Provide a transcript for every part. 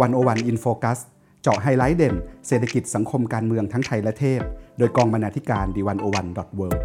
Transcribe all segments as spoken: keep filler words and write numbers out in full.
วันโอวันอินโฟคัสเจาะไฮไลท์เด่นเศรษฐกิจสังคมการเมืองทั้งไทยและเทศโดยกองบรรณาธิการ ดี วัน โอ วัน ดอท เวิลด์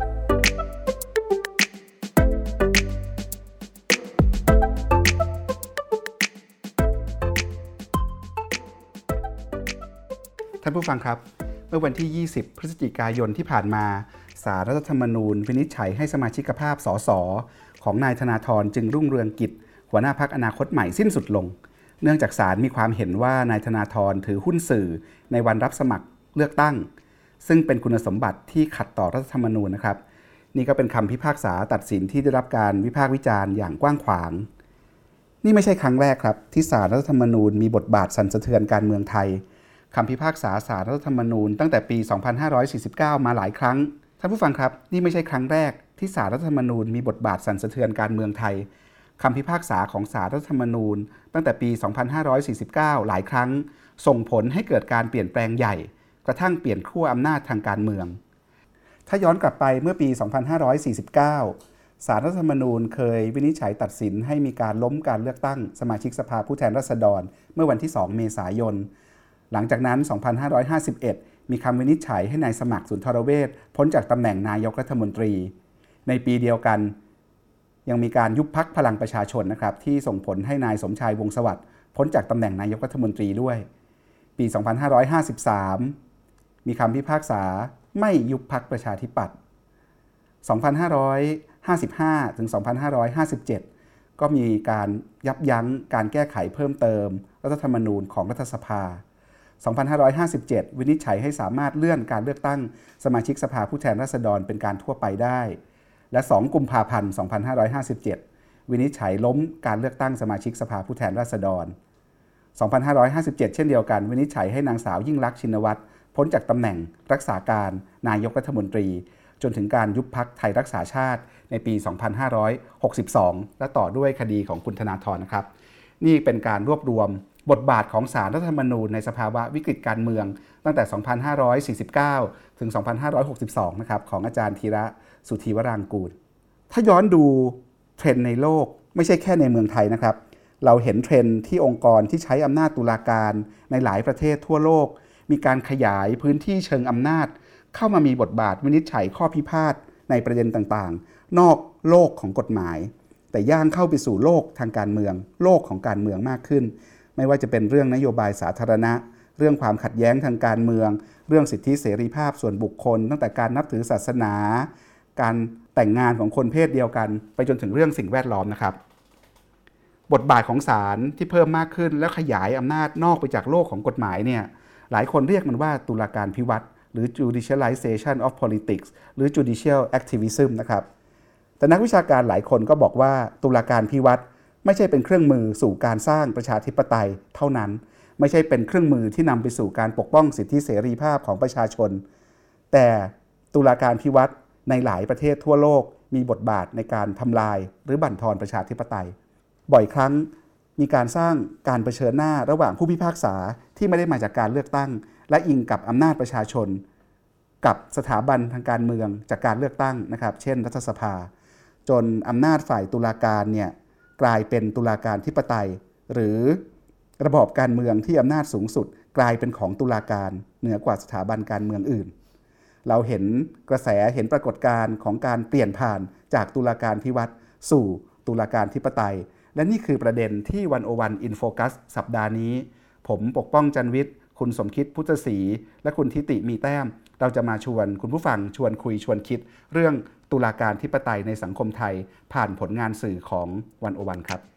ท่านผู้ฟังครับเมื่อวันที่ยี่สิบพฤศจิกายนที่ผ่านมาศาลรัฐธรรมนูญวินิจฉัยให้สมาชิกภาพสสของนายธนาธรจึงรุ่งเรืองกิจหัวหน้าพรรคอนาคตใหม่สิ้นสุดลงเนื่องจากศาลมีความเห็นว่านายธนาธรถือหุ้นสื่อในวันรับสมัครเลือกตั้งซึ่งเป็นคุณสมบัติที่ขัดต่อรัฐธรรมนูญนะครับนี่ก็เป็นคำพิพากษาตัดสินที่ได้รับการวิพากษ์วิจารณ์อย่างกว้างขวางนี่ไม่ใช่ครั้งแรกครับที่ศาลรัฐธรรมนูญมีบทบาทสั่นสะเทือนการเมืองไทยคำพิพากษาศาลรัฐธรรมนูญตั้งแต่ปีสองพันห้าร้อยสี่สิบเก้ามาหลายครั้งท่านผู้ฟังครับนี่ไม่ใช่ครั้งแรกที่ศาลรัฐธรรมนูญมีบทบาทสั่นสะเทือนการเมืองไทยคำพิพากษาของศาลรัฐธรรมนูญตั้งแต่ปีสองพันห้าร้อยสี่สิบเก้าหลายครั้งส่งผลให้เกิดการเปลี่ยนแปลงใหญ่กระทั่งเปลี่ยนขั้วอำนาจทางการเมืองถ้าย้อนกลับไปเมื่อปีสองพันห้าร้อยสี่สิบเก้าศาลรัฐธรรมนูญเคยวินิจฉัยตัดสินให้มีการล้มการเลือกตั้งสมาชิกสภาผู้แทนราษฎรเมื่อวันที่สองเมษายนหลังจากนั้นสองพันห้าร้อยห้าสิบเอ็ดมีคำวินิจฉัยให้นายสมัครสุนทรเวชพ้นจากตำแหน่งนายกรัฐมนตรีในปีเดียวกันยังมีการยุบพรรคพลังประชาชนนะครับที่ส่งผลให้นายสมชายวงศ์สวัสดิ์พ้นจากตำแหน่งนายกรัฐมนตรีด้วยปีสองพันห้าร้อยห้าสิบสามมีคำพิพากษาไม่ยุบพรรคประชาธิปัตย์สองพันห้าร้อยห้าสิบห้าถึงสองพันห้าร้อยห้าสิบเจ็ดก็มีการยับยั้งการแก้ไขเพิ่มเติมรัฐธรรมนูญของรัฐสภาสองพันห้าร้อยห้าสิบเจ็ดวินิจฉัยให้สามารถเลื่อนการเลือกตั้งสมาชิกสภาผู้แทนราษฎรเป็นการทั่วไปได้และสองกุมภาพันธ์สองพันห้าร้อยห้าสิบเจ็ดวินิจฉัยล้มการเลือกตั้งสมาชิกสภาผู้แทนราษฎรสองพันห้าร้อยห้าสิบเจ็ดเช่นเดียวกันวินิจฉัยให้นางสาวยิ่งลักษณ์ชินวัตรพ้นจากตำแหน่งรักษาการนายกรัฐมนตรีจนถึงการยุบพรรคไทยรักษาชาติในปีสองพันห้าร้อยหกสิบสองและต่อด้วยคดีของคุณธนาธรนะครับนี่เป็นการรวบรวมบทบาทของศาลรัฐธรรมนูญในสภาวะวิกฤตการเมืองตั้งแต่สองพันห้าร้อยสี่สิบเก้าถึงสองพันห้าร้อยหกสิบสองนะครับของอาจารย์ธีระสุธีวรางกูลถ้าย้อนดูเทรนด์ในโลกไม่ใช่แค่ในเมืองไทยนะครับเราเห็นเทรนด์ที่องค์กรที่ใช้อำนาจตุลาการในหลายประเทศทั่วโลกมีการขยายพื้นที่เชิงอำนาจเข้ามามีบทบาทวินิจฉัยข้อพิพาทในประเด็นต่างๆนอกโลกของกฎหมายแต่ย่างเข้าไปสู่โลกทางการเมืองโลกของการเมืองมากขึ้นไม่ว่าจะเป็นเรื่องนโยบายสาธารณะเรื่องความขัดแย้งทางการเมืองเรื่องสิทธิเสรีภาพส่วนบุคคลตั้งแต่การนับถือศาสนาการแต่งงานของคนเพศเดียวกันไปจนถึงเรื่องสิ่งแวดล้อมนะครับบทบาทของศาลที่เพิ่มมากขึ้นและขยายอำนาจนอกไปจากโลกของกฎหมายเนี่ยหลายคนเรียกมันว่าตุลาการพิวัตรหรือ judicialization of politics หรือ judicial activism นะครับแต่นักวิชาการหลายคนก็บอกว่าตุลาการพิวัตรไม่ใช่เป็นเครื่องมือสู่การสร้างประชาธิปไตยเท่านั้นไม่ใช่เป็นเครื่องมือที่นำไปสู่การปกป้องสิทธิเสรีภาพของประชาชนแต่ตุลาการพิวัตรในหลายประเทศทั่วโลกมีบทบาทในการทำลายหรือบั่นทอนประชาธิปไตยบ่อยครั้งมีการสร้างการเผชิญหน้าระหว่างผู้พิพากษาที่ไม่ได้มาจากการเลือกตั้งและอิงกับอำนาจประชาชนกับสถาบันทางการเมืองจากการเลือกตั้งนะครับเช่นรัฐสภาจนอำนาจฝ่ายตุลาการเนี่ยกลายเป็นตุลาการธิปไตยหรือระบอบการเมืองที่อำนาจสูงสุดกลายเป็นของตุลาการเหนือกว่าสถาบันการเมืองอื่นเราเห็นกระแสเห็นปรากฏการณ์ของการเปลี่ยนผ่านจากตุลาการพิวัตรสู่ตุลาการธิปไตยและนี่คือประเด็นที่วันโอวันอินโฟคัสสัปดาห์นี้ผมปกป้องจันทร์วิทย์คุณสมคิดพุทธศรีและคุณทิติมีแต้มเราจะมาชวนคุณผู้ฟังชวนคุยชวนคิดเรื่องตุลาการธิปไตยในสังคมไทยผ่านผลงานสื่อของวันโอวันครับ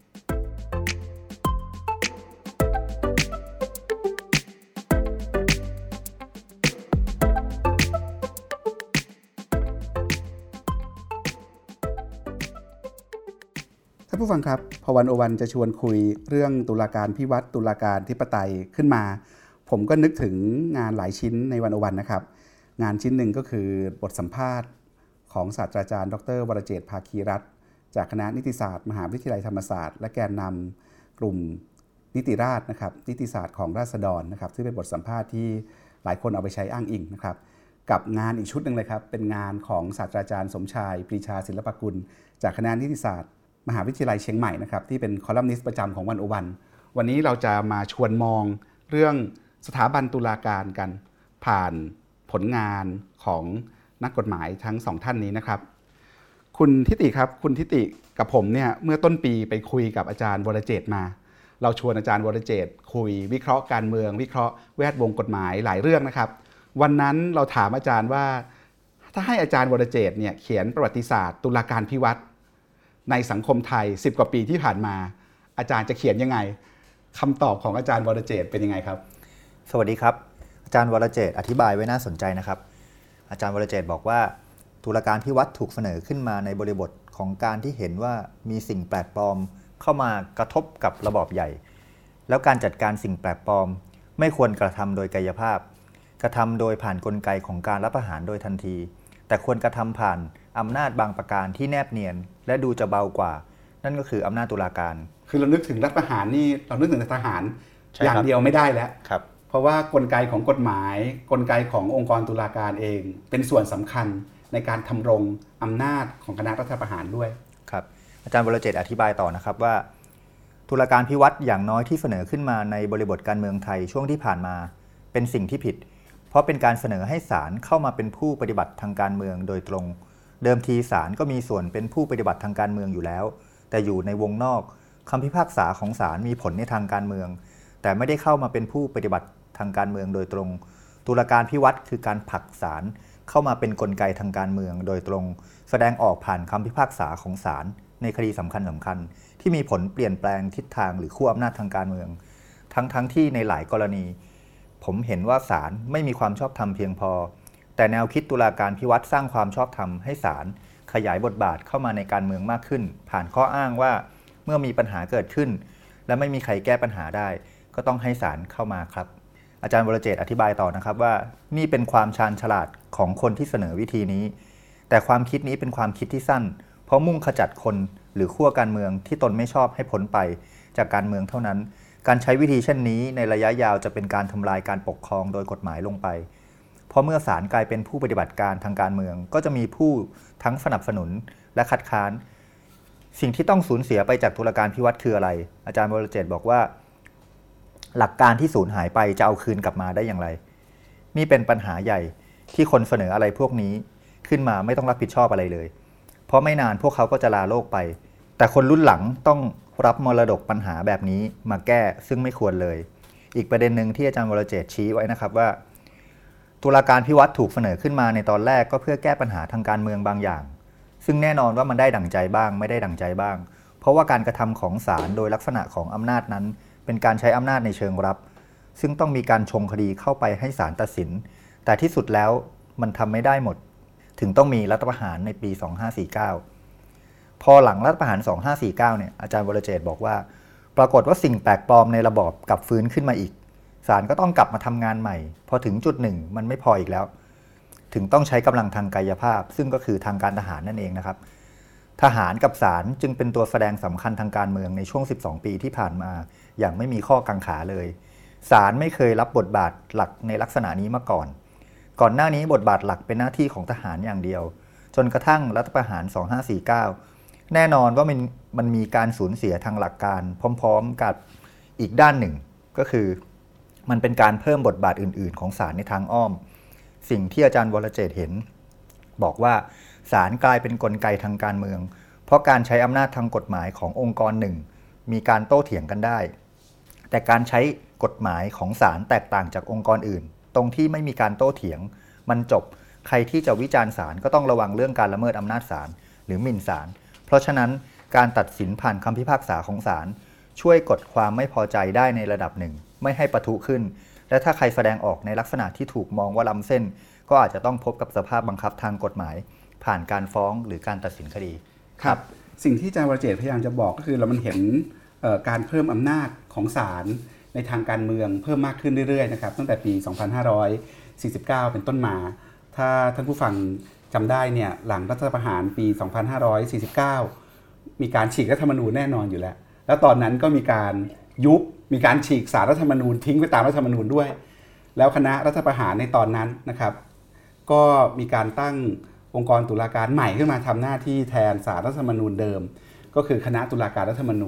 ท่านผู้ฟังครับพอวันโอวันจะชวนคุยเรื่องตุลาการพิวัตรตุลาการธิปไตยขึ้นมาผมก็นึกถึงงานหลายชิ้นในวันโอวันนะครับงานชิ้นหนึ่งก็คือบทสัมภาษณ์ของศาสตราจารย์ดรวรเจตน์ภาคีรัตน์จากคณะนิติศาสตร์มหาวิทยาลัยธรรมศาสตร์และแกนนำกลุ่มนิติราษฎร์นะครับนิติศาสตร์ของราษฎรนะครับซึ่งเป็นบทสัมภาษณ์ที่หลายคนเอาไปใช้อ้างอิงนะครับกับงานอีกชุดหนึ่งเลยครับเป็นงานของศาสตราจารย์สมชายปรีชาศิลปกุลจากคณะนิติศาสตร์มหาวิทยาลัยเชียงใหม่นะครับที่เป็นคอลัมนิสต์ประจำของวันโอวันวันนี้เราจะมาชวนมองเรื่องสถาบันตุลาการกันผ่านผลงานของนักกฎหมายทั้งสองท่านนี้นะครับคุณทิติครับคุณทิติกับผมเนี่ยเมื่อต้นปีไปคุยกับอาจารย์วรเจตน์มาเราชวนอาจารย์วรเจตน์คุยวิเคราะห์การเมืองวิเคราะห์แวดวงกฎหมายหลายเรื่องนะครับวันนั้นเราถามอาจารย์ว่าถ้าให้อาจารย์วรเจตน์เนี่ยเขียนประวัติศาสตร์ตุลาการพิวัตรในสังคมไทยสิบกว่าปีที่ผ่านมาอาจารย์จะเขียนยังไงคำตอบของอาจารย์วรเจตน์เป็นยังไงครับสวัสดีครับอาจารย์วรเจตน์อธิบายไว้น่าสนใจนะครับอาจารย์วรเจตน์บอกว่าตุลาการพิวัตรถูกเสนอขึ้นมาในบริบทของการที่เห็นว่ามีสิ่งแปลกปลอมเข้ามากระทบกับระบอบใหญ่แล้วการจัดการสิ่งแปลกปลอมไม่ควรกระทำโดยกายภาพกระทำโดยผ่านกลไกของการรัฐประหารโดยทันทีแต่ควรกระทำผ่านอำนาจบางประการที่แนบเนียนและดูจะเบากว่านั่นก็คืออำนาจตุลาการคือเรานึกถึงรัฐประหารนี่เรานึกถึงทหารอย่างเดียวไม่ได้แล้วครับเพราะว่ากลไกของกฎหมายกลไกขององค์กรตุลาการเองเป็นส่วนสำคัญในการทำรงอำนาจของคณะรัฐประหารด้วยครับอาจารย์วรเจตน์อธิบายต่อนะครับว่าตุลาการพิวัตรอย่างน้อยที่เสนอขึ้นมาในบริบทการเมืองไทยช่วงที่ผ่านมาเป็นสิ่งที่ผิดเพราะเป็นการเสนอให้ศาลเข้ามาเป็นผู้ปฏิบัติทางการเมืองโดยตรงเดิมทีศาลก็มีส่วนเป็นผู้ปฏิบัติทางการเมืองอยู่แล้วแต่อยู่ในวงนอกคำพิพากษาของศาลมีผลในทางการเมืองแต่ไม่ได้เข้ามาเป็นผู้ปฏิบัติทางการเมืองโดยตรงตุลาการพิวัตรคือการผลักศาลเข้ามาเป็นกลไกทางการเมืองโดยตรงแสดงออกผ่านคำพิพากษาของศาลในคดีสำคัญสำคัญที่มีผลเปลี่ยนแปลงทิศทางหรือขั้วอำนาจทางการเมืองทั้งทั้งที่ในหลายกรณีผมเห็นว่าศาลไม่มีความชอบธรรมเพียงพอแต่แนวคิดตุลาการพิวัตรสร้างความชอบธรรมให้ศาลขยายบทบาทเข้ามาในการเมืองมากขึ้นผ่านข้ออ้างว่าเมื่อมีปัญหาเกิดขึ้นและไม่มีใครแก้ปัญหาได้ก็ต้องให้ศาลเข้ามาครับอาจารย์วรเจตน์อธิบายต่อนะครับว่านี่เป็นความชาญฉลาดของคนที่เสนอวิธีนี้แต่ความคิดนี้เป็นความคิดที่สั้นเพราะมุ่งขจัดคนหรือขั้วการเมืองที่ตนไม่ชอบให้พ้นไปจากการเมืองเท่านั้นการใช้วิธีเช่นนี้ในระยะยาวจะเป็นการทำลายการปกครองโดยกฎหมายลงไปเพราะเมื่อศาลกลายเป็นผู้ปฏิบัติการทางการเมืองก็จะมีผู้ทั้งสนับสนุนและคัดค้านสิ่งที่ต้องสูญเสียไปจากตุลาการพิวัตรคืออะไรอาจารย์วรเจตน์บอกว่าหลักการที่สูญหายไปจะเอาคืนกลับมาได้อย่างไรนี่เป็นปัญหาใหญ่ที่คนเสนออะไรพวกนี้ขึ้นมาไม่ต้องรับผิดชอบอะไรเลยเพราะไม่นานพวกเขาก็จะลาโลกไปแต่คนรุ่นหลังต้องรับมรดกปัญหาแบบนี้มาแก้ซึ่งไม่ควรเลยอีกประเด็นหนึ่งที่อาจารย์วรเจตน์ชี้ไว้นะครับว่าตุลาการพิวัตรถูกเสนอขึ้นมาในตอนแรกก็เพื่อแก้ปัญหาทางการเมืองบางอย่างซึ่งแน่นอนว่ามันได้ดั่งใจบ้างไม่ได้ดั่งใจบ้างเพราะว่าการกระทำของศาลโดยลักษณะของอำนาจนั้นเป็นการใช้อำนาจในเชิงรับซึ่งต้องมีการชงคดีเข้าไปให้ศาลตัดสินแต่ที่สุดแล้วมันทำไม่ได้หมดถึงต้องมีรัฐประหารในปีสองพันห้าร้อยสี่สิบเก้าพอหลังรัฐประหารสองพันห้าร้อยสี่สิบเก้าเนี่ยอาจารย์วรเจตน์บอกว่าปรากฏว่าสิ่งแปลกปลอมในระบอบกลับฟื้นขึ้นมาอีกศาลก็ต้องกลับมาทำงานใหม่พอถึงจุดหนึ่งมันไม่พออีกแล้วถึงต้องใช้กำลังทางกายภาพซึ่งก็คือทางการทหารนั่นเองนะครับทหารกับศาลจึงเป็นตัวแสดงสำคัญทางการเมืองในช่วงสิบสองปีที่ผ่านมาอย่างไม่มีข้อกังขาเลยศาลไม่เคยรับบทบาทหลักในลักษณะนี้มาก่อนก่อนหน้านี้บทบาทหลักเป็นหน้าที่ของทหารอย่างเดียวจนกระทั่งรัฐประหารสองพันห้าร้อยสี่สิบเก้าแน่นอนว่ามันมันมีการสูญเสียทางหลักการพร้อมๆกับอีกด้านหนึ่งก็คือมันเป็นการเพิ่มบทบาทอื่นๆของศาลในทางอ้อมสิ่งที่อาจารย์วรเจตน์เห็นบอกว่าศาลกลายเป็นกลไกทางการเมืองเพราะการใช้อำนาจทางกฎหมายขององค์กรหนึ่งมีการโต้เถียงกันได้แต่การใช้กฎหมายของศาลแตกต่างจากองค์กรอื่นตรงที่ไม่มีการโต้เถียงมันจบใครที่จะวิจารณ์ศาลก็ต้องระวังเรื่องการละเมิดอำนาจศาลหรือหมิ่นศาลเพราะฉะนั้นการตัดสินผ่านคำพิพากษาของศาลช่วยกดความไม่พอใจได้ในระดับหนึ่งไม่ให้ปะทุขึ้นและถ้าใครแสดงออกในลักษณะที่ถูกมองว่าล้ำเส้นก็อาจจะต้องพบกับสภาพบังคับทางกฎหมายผ่านการฟ้องหรือการตัดสินคดีครับสิ่งที่อาจารย์วรเจตน์พยายามจะบอกก็คือเรามันเห็นการเพิ่มอำนาจของศาลในทางการเมืองเพิ่มมากขึ้นเรื่อยๆนะครับตั้งแต่ปีสองพันห้าร้อยสี่สิบเก้าเป็นต้นมาถ้าท่านผู้ฟังจำได้เนี่ยหลังรัฐประหารปีสองพันห้าร้อยสี่สิบเก้ามีการฉีกรัฐธรรมนูญแน่นอนอยู่แล้วแล้วตอนนั้นก็มีการยุบมีการฉีกศาลรัฐธรรมนูญทิ้งไปตามรัฐธรรมนูญด้วยแล้วคณะรัฐประหารในตอนนั้นนะครับก็มีการตั้งองค์กรตุลาการใหม่ขึ้นมาทำหน้าที่แทนศาลรัฐธรรมนูญเดิมก็คือคณะตุลาการรัฐธรรมนูญ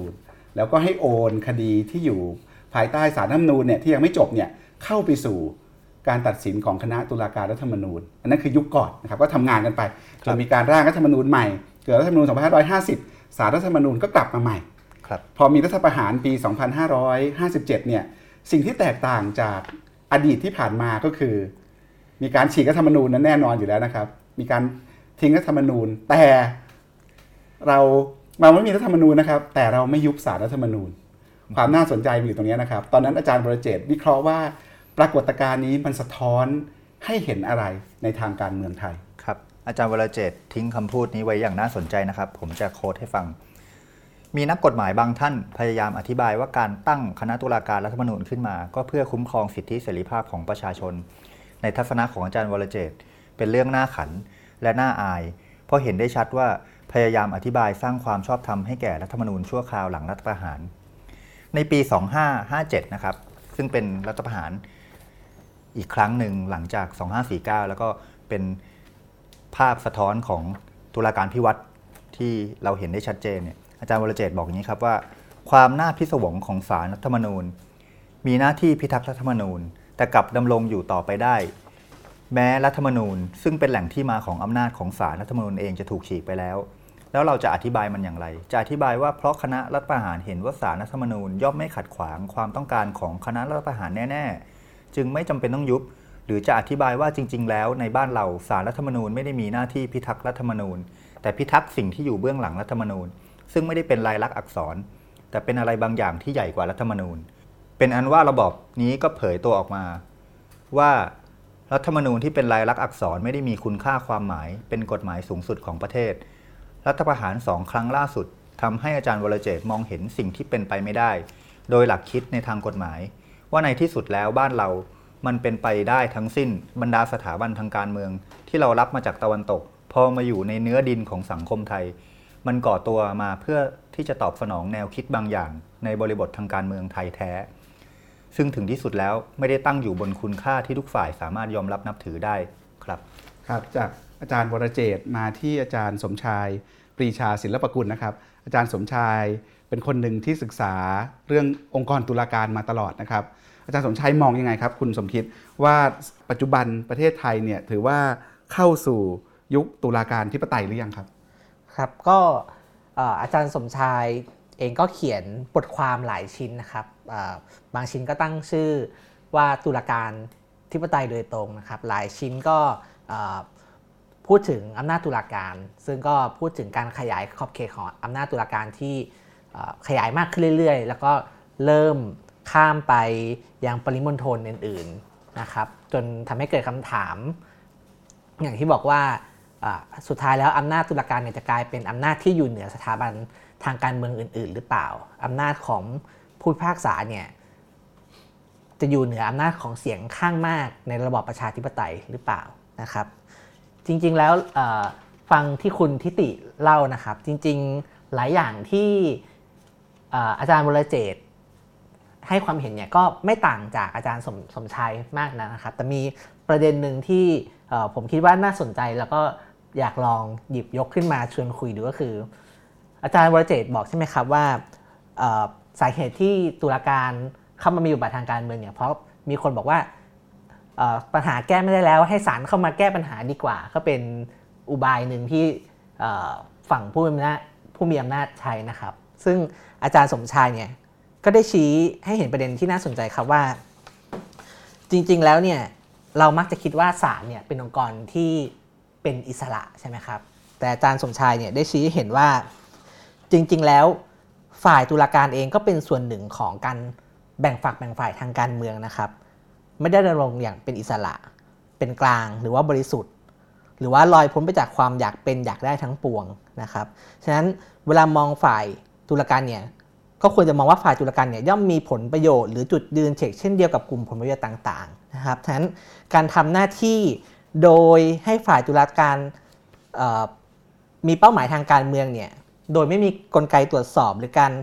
แล้วก็ให้โอนคดีที่อยู่ภายใต้ศาลรัฐธรรมนูญเนี่ยที่ยังไม่จบเนี่ยเข้าไปสู่การตัดสินของคณะตุลาการรัฐธรรมนูญอันนั้นคือยุคก่อนนะครับก็ทำงานกันไปจนมีการร่างรัฐธรรมนูญใหม่เกิดรัฐธรรมนูญสองพันห้าร้อยห้าสิบศาลรัฐธรรมนูญก็กลับมาใหม่พอมีรัฐประหารปีสองพันห้าร้อยห้าสิบเจ็ดเนี่ยสิ่งที่แตกต่างจากอดีตที่ผ่านมาก็คือมีการฉีกรัฐธรรมนูญนั้นแน่นอนอยู่แล้วนะครับมีการทิ้งรัฐธรรมนูญแต่เราเราไม่มีรัฐธรรมนูญนะครับแต่เราไม่ยุบศาลรัฐธรรมนูญความน่าสนใจมีอยู่ตรงนี้นะครับตอนนั้นอาจารย์วรเจตน์วิเคราะห์ว่าปรากฏการณ์นี้มันสะท้อนให้เห็นอะไรในทางการเมืองไทยครับอาจารย์วรเจตน์ทิ้งคำพูดนี้ไว้อย่างน่าสนใจนะครับผมจะโค้ดให้ฟังมีนักกฎหมายบางท่านพยายามอธิบายว่าการตั้งคณะตุลาการรัฐธรรมนูญขึ้นมาก็เพื่อคุ้มครองสิทธิเสรีภาพของประชาชนในทัศนะของอาจารย์วรเจตน์เป็นเรื่องน่าขันและน่าอายเพราะเห็นได้ชัดว่าพยายามอธิบายสร้างความชอบธรรมให้แก่รัฐธรรมนูญชั่วคราวหลังรัฐประหารในปีสองพันห้าร้อยห้าสิบเจ็ดนะครับซึ่งเป็นรัฐประหารอีกครั้งหนึ่งหลังจากสองพันห้าร้อยสี่สิบเก้าแล้วก็เป็นภาพสะท้อนของตุลาการพิวัตรที่เราเห็นได้ชัดเจนเนี่ยอาจารย์วรเจตน์บอกอย่างนี้ครับว่าความน่าพิศวงของศาลรัฐธรรมนูญมีหน้าที่พิทักษ์รัฐธรรมนูญแต่กลับดำรงอยู่ต่อไปได้แม้รัฐธรรมนูญซึ่งเป็นแหล่งที่มาของอำนาจของศาลรัฐธรรมนูญเองจะถูกฉีกไปแล้วแล้วเราจะอธิบายมันอย่างไรจะอธิบายว่าเพราะคณะรัฐประหารเห็นว่าศาลรัฐธรรมนูญย่อมไม่ขัดขวางความต้องการของคณะรัฐประหารแน่ๆจึงไม่จำเป็นต้องยุบหรือจะอธิบายว่าจริงๆแล้วในบ้านเราศาลรัฐธรรมนูญไม่ได้มีหน้าที่พิทักษ์รัฐธรรมนูญแต่พิทักษ์สิ่งที่อยู่เบื้องหลังรัฐธรรมนูญซึ่งไม่ได้เป็นลายลักษณ์อักษรแต่เป็นอะไรบางอย่างที่ใหญ่กว่ารัฐธรรมนูญเป็นอันว่าระบอบนี้ก็เผยตัวออกมาว่ารัฐธรรมนูญที่เป็นลายลักษณ์อักษรไม่ได้มีคุณค่าความหมายเป็นกฎหมายสูงสุดของประเทศรัฐประหารสองครั้งล่าสุดทำให้อาจารย์วรเจตน์มองเห็นสิ่งที่เป็นไปไม่ได้โดยหลักคิดในทางกฎหมายว่าในที่สุดแล้วบ้านเรามันเป็นไปได้ทั้งสิ้นบรรดาสถาบันทางการเมืองที่เรารับมาจากตะวันตกพอมาอยู่ในเนื้อดินของสังคมไทยมันก่อตัวมาเพื่อที่จะตอบสนองแนวคิดบางอย่างในบริบททางการเมืองไทยแท้ซึ่งถึงที่สุดแล้วไม่ได้ตั้งอยู่บนคุณค่าที่ทุกฝ่ายสามารถยอมรับนับถือได้ครับครับจากอาจารย์วรเจตน์มาที่อาจารย์สมชายปรีชาศิลปกุลนะครับอาจารย์สมชายเป็นคนหนึ่งที่ศึกษาเรื่ององค์กรตุลาการมาตลอดนะครับอาจารย์สมชายมองยังไงครับคุณสมคิดว่าปัจจุบันประเทศไทยเนี่ยถือว่าเข้าสู่ยุคตุลาการธิปไตยหรือยังครับครับก็อาจารย์สมชายเองก็เขียนบทความหลายชิ้นนะครับบางชิ้นก็ตั้งชื่อว่าตุลาการธิปไตยโดยตรงนะครับหลายชิ้นก็พูดถึงอำนาจตุลาการซึ่งก็พูดถึงการขยายขอบเขตของอำนาจตุลาการที่ขยายมากขึ้นเรื่อยๆแล้วก็เริ่มข้ามไปยังปริมณฑลอื่นๆนะครับจนทำให้เกิดคำถามอย่างที่บอกว่าสุดท้ายแล้วอำนาจตุลาการเนี่ยจะกลายเป็นอำนาจที่อยู่เหนือสถาบันทางการเมืองอื่นๆหรือเปล่าอำนาจของผู้พิพากษาเนี่ยจะอยู่เหนืออำนาจของเสียงข้างมากในระบอบประชาธิปไตยหรือเปล่านะครับจริงๆแล้วฟังที่คุณทิติเล่านะครับจริงๆหลายอย่างที่อาจารย์วรเจตน์ให้ความเห็นเนี่ยก็ไม่ต่างจากอาจารย์สมสมชายมากนะครับแต่มีประเด็นหนึ่งที่ผมคิดว่าน่าสนใจแล้วก็อยากลองหยิบยกขึ้นมาชวนคุยดูก็คืออาจารย์วรเจตน์บอกใช่ไหมครับว่าสาเหตุที่ตุลาการเข้ามามีบทบาททางการเมืองเนี่ยเพราะมีคนบอกว่าปัญหาแก้ไม่ได้แล้วให้ศาลเข้ามาแก้ปัญหาดีกว่าก็เป็นอุบายหนึ่งที่ฝั่งผู้มีอำนาจผู้มีอำนาจใช้นะครับซึ่งอาจารย์สมชายเนี่ยก็ได้ชี้ให้เห็นประเด็นที่น่าสนใจครับว่าจริงๆแล้วเนี่ยเรามักจะคิดว่าศาลเนี่ยเป็นองค์กรที่เป็นอิสระใช่ไหมครับแต่อาจารย์สมชายเนี่ยได้ชี้ให้เห็นว่าจริงๆแล้วฝ่ายตุลาการเองก็เป็นส่วนหนึ่งของการแบ่งฝักแบ่งฝ่ายทางการเมืองนะครับไม่ได้ดำรงอย่างเป็นอิสระเป็นกลางหรือว่าบริสุทธิ์หรือว่าลอยพ้นไปจากความอยากเป็นอยากได้ทั้งปวงนะครับฉะนั้นเวลามองฝ่ายตุลาการเนี่ยก็ควรจะมองว่าฝ่ายตุลาการเนี่ยย่อมมีผลประโยชน์หรือจุดยืนเฉกเช่นเดียวกับกลุ่มผลประโยชน์ต่างๆนะครับฉะนั้นการทำหน้าที่โดยให้ฝ่ายตุลาการมีเป้าหมายทางการเมืองเนี่ยโดยไม่มีกลไกตรวจสอบหรือการ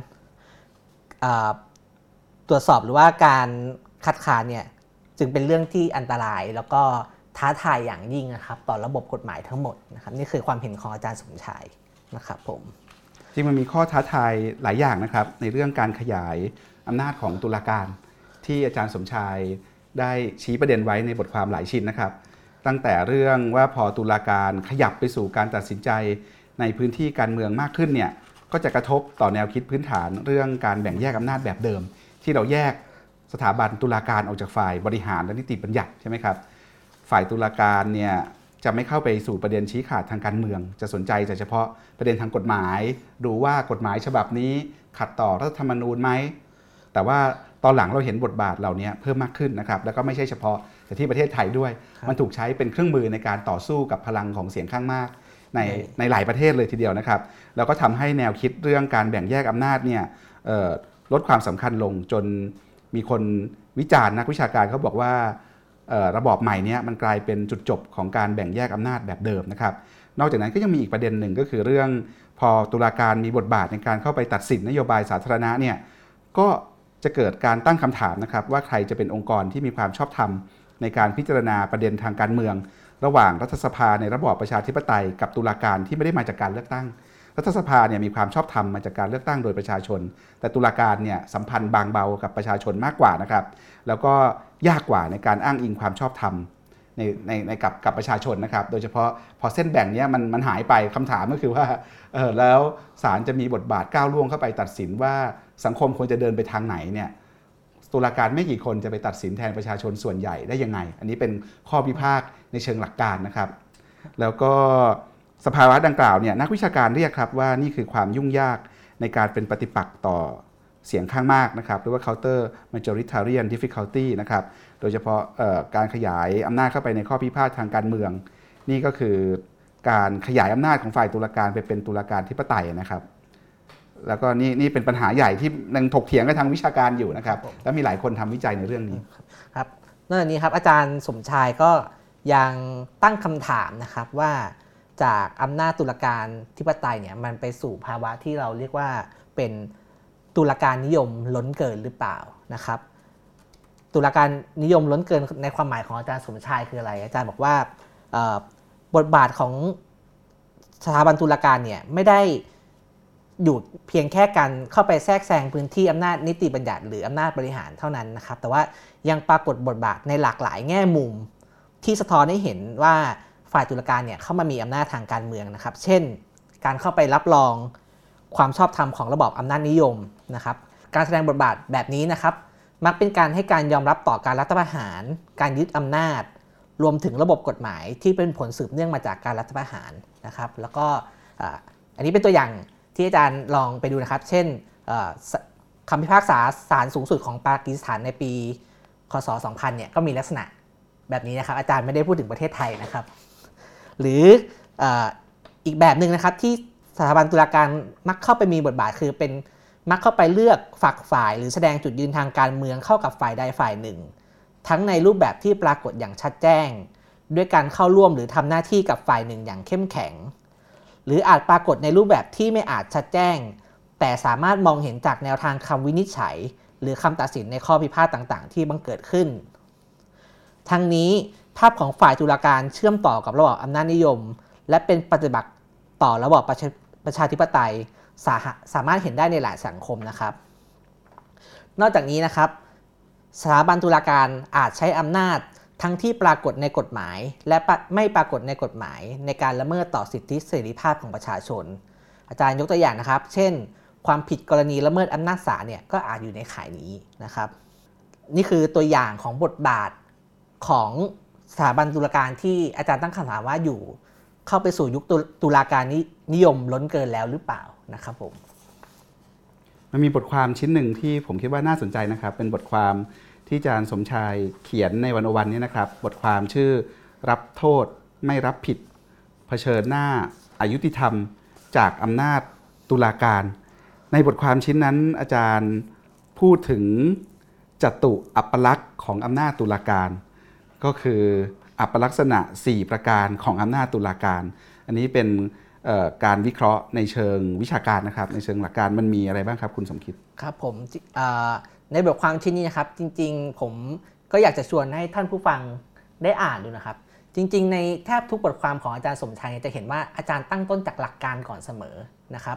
ตรวจสอบหรือว่าการคัดค้านเนี่ยจึงเป็นเรื่องที่อันตรายแล้วก็ท้าทายอย่างยิ่งนะครับต่อระบบกฎหมายทั้งหมดนะครับนี่คือความเห็นของอาจารย์สมชายนะครับผมจจริงมันมีข้อท้าทายหลายอย่างนะครับในเรื่องการขยายอำนาจของตุลาการที่อาจารย์สมชายได้ชี้ประเด็นไว้ในบทความหลายชิ้นนะครับตั้งแต่เรื่องว่าพอตุลาการขยับไปสู่การตัดสินใจในพื้นที่การเมืองมากขึ้นเนี่ยก็จะกระทบต่อแนวคิดพื้นฐานเรื่องการแบ่งแยกอำนาจแบบเดิมที่เราแยกสถาบันตุลาการออกจากฝ่ายบริหารและนิติบัญญัติใช่ไหมครับฝ่ายตุลาการเนี่ยจะไม่เข้าไปสู่ประเด็นชี้ขาดทางการเมืองจะสนใจแต่เฉพาะประเด็นทางกฎหมายดูว่ากฎหมายฉบับนี้ขัดต่อรัฐธรรมนูญไหมแต่ว่าตอนหลังเราเห็นบทบาทเหล่านี้เพิ่มมากขึ้นนะครับแล้วก็ไม่ใช่เฉพาะแต่ที่ประเทศไทยด้วยมันถูกใช้เป็นเครื่องมือในการต่อสู้กับพลังของเสียงข้างมากในในหลายประเทศเลยทีเดียวนะครับแล้วก็ทำให้แนวคิดเรื่องการแบ่งแยกอำนาจเนี่ยลดความสำคัญลงจนมีคนวิจารณ์นักวิชาการเขาบอกว่าระบอบใหม่นี้มันกลายเป็นจุดจบของการแบ่งแยกอำนาจแบบเดิมนะครับนอกจากนั้นก็ยังมีอีกประเด็นหนึ่งก็คือเรื่องพอตุลาการมีบทบาทในการเข้าไปตัดสินนโยบายสาธารณะเนี่ยก็จะเกิดการตั้งคำถามนะครับว่าใครจะเป็นองค์กรที่มีความชอบธรรมในการพิจารณาประเด็นทางการเมืองระหว่างรัฐสภาในระบอบประชาธิปไตยกับตุลาการที่ไม่ได้มาจากการเลือกตั้งรัฐสภาเนี่ยมีความชอบธรรมมาจากการเลือกตั้งโดยประชาชนแต่ตุลาการเนี่ยสัมพันธ์บางเบากับประชาชนมากกว่านะครับแล้วก็ยากกว่าในการอ้างอิงความชอบธรรมในในในกับกับประชาชนนะครับโดยเฉพาะพอเส้นแบ่งนี้มันมันหายไปคำถามก็คือว่าเออแล้วศาลจะมีบทบาทก้าวล่วงเข้าไปตัดสินว่าสังคมควรจะเดินไปทางไหนเนี่ยตุลาการไม่กี่คนจะไปตัดสินแทนประชาชนส่วนใหญ่ได้ยังไงอันนี้เป็นข้อพิพาทในเชิงหลักการนะครับแล้วก็สภาวะดังกล่าวเนี่ยนักวิชาการเรียกครับว่านี่คือความยุ่งยากในการเป็นปฏิปักษ์ต่อเสียงข้างมากนะครับหรือว่า counter majoritarian difficulty นะครับโดยเฉพาะการขยายอำนาจเข้าไปในข้อพิพาททางการเมืองนี่ก็คือการขยายอำนาจของฝ่ายตุลาการไปเป็นตุลาการธิปไตยนะครับแล้วก็นี่นี่เป็นปัญหาใหญ่ที่ยังถกเถียงกันทางวิชาการอยู่นะครับและมีหลายคนทำวิจัยในเรื่องนี้ครับนอกจากนี้ครับอาจารย์สมชายก็ยังตั้งคำถามนะครับว่าจากอำนาจตุลาการธิปไตยเนี่ยมันไปสู่ภาวะที่เราเรียกว่าเป็นตุลาการนิยมล้นเกินหรือเปล่านะครับตุลาการนิยมล้นเกินในความหมายของอาจารย์สมชายคืออะไรอาจารย์บอกว่าบทบาทของสถาบันตุลาการเนี่ยไม่ได้อยู่เพียงแค่การเข้าไปแทรกแซงพื้นที่อำนาจนิติบัญญัติหรืออำนาจบริหารเท่านั้นนะครับแต่ว่ายังปรากฏบทบาทในหลากหลายแง่มุมที่สะท้อนให้เห็นว่าฝ่ายตุลาการเนี่ยเข้ามามีอำนาจทางการเมืองนะครับเช่นการเข้าไปรับรองความชอบธรรมของระบอบอำนาจนิยมนะครับการแสดงบทบาทแบบนี้นะครับมักเป็นการให้การยอมรับต่อการรัฐประหารการยึดอำนาจรวมถึงระบบกฎหมายที่เป็นผลสืบเนื่องมาจากการรัฐประหารนะครับแล้วก็อันนี้เป็นตัวอย่างที่อาจารย์ลองไปดูนะครับเช่นคำพิพากษาศาลสูงสุดของปากีสถานในปีคศสองพันเนี่ยก็มีลักษณะแบบนี้นะครับอาจารย์ไม่ได้พูดถึงประเทศไทยนะครับหรืออีกแบบหนึ่งนะครับที่สถาบันตุลาการมักเข้าไปมีบทบาทคือเป็นมักเข้าไปเลือกฝักฝ่ายหรือแสดงจุดยืนทางการเมืองเข้ากับฝ่ายใดฝ่ายหนึ่งทั้งในรูปแบบที่ปรากฏอย่างชัดแจ้งด้วยการเข้าร่วมหรือทำหน้าที่กับฝ่ายหนึ่งอย่างเข้มแข็งหรืออาจปรากฏในรูปแบบที่ไม่อาจชัดแจ้งแต่สามารถมองเห็นจากแนวทางคำวินิจฉัยหรือคำตัดสินในข้อพิพาทต่างๆที่บังเกิดขึ้นทั้งนี้ภาพของฝ่ายตุลาการเชื่อมต่อกับระบอบอำนาจนิยมและเป็นปฏิบัติต่อระบอบประชาประชาธิปไตยสาสามารถเห็นได้ในหลายสังคมนะครับนอกจากนี้นะครับสถาบันตุลาการอาจใช้อำนาจทั้งที่ปรากฏในกฎหมายและไม่ปรากฏในกฎหมายในการละเมิดต่อสิทธิเสรีภาพของประชาชนอาจารย์ยกตัวอย่างนะครับเช่นความผิดกรณีละเมิดอำนาจศาลเนี่ยก็อาจอยู่ในข่ายนี้นะครับนี่คือตัวอย่างของบทบาทของสถาบันตุลาการที่อาจารย์ตั้งคำถามว่าอยู่เข้าไปสู่ยุคตุลาการนิยมล้นเกินแล้วหรือเปล่านะครับผมมันมีบทความชิ้นหนึ่งที่ผมคิดว่าน่าสนใจนะครับเป็นบทความที่อาจารย์สมชายเขียนในวันวันนี้นะครับบทความชื่อรับโทษไม่รับผิดเผชิญหน้าอยุติธรรมจากอำนาจตุลาการในบทความชิ้นนั้นอาจารย์พูดถึงจตุอัปลักษณ์ของอำนาจตุลาการก็คืออัปลักษณะสี่ประการของอำนาจตุลาการอันนี้เป็นการวิเคราะห์ในเชิงวิชาการนะครับในเชิงหลักการมันมีอะไรบ้างครับคุณสมคิดครับผมในบทความชิ้นนี้นะครับจริงๆผมก็อยากจะชวนให้ท่านผู้ฟังได้อ่านดูนะครับจริงๆในแทบทุกบทความของอาจารย์สมชายจะเห็นว่าอาจารย์ตั้งต้นจากหลักการก่อนเสมอนะครับ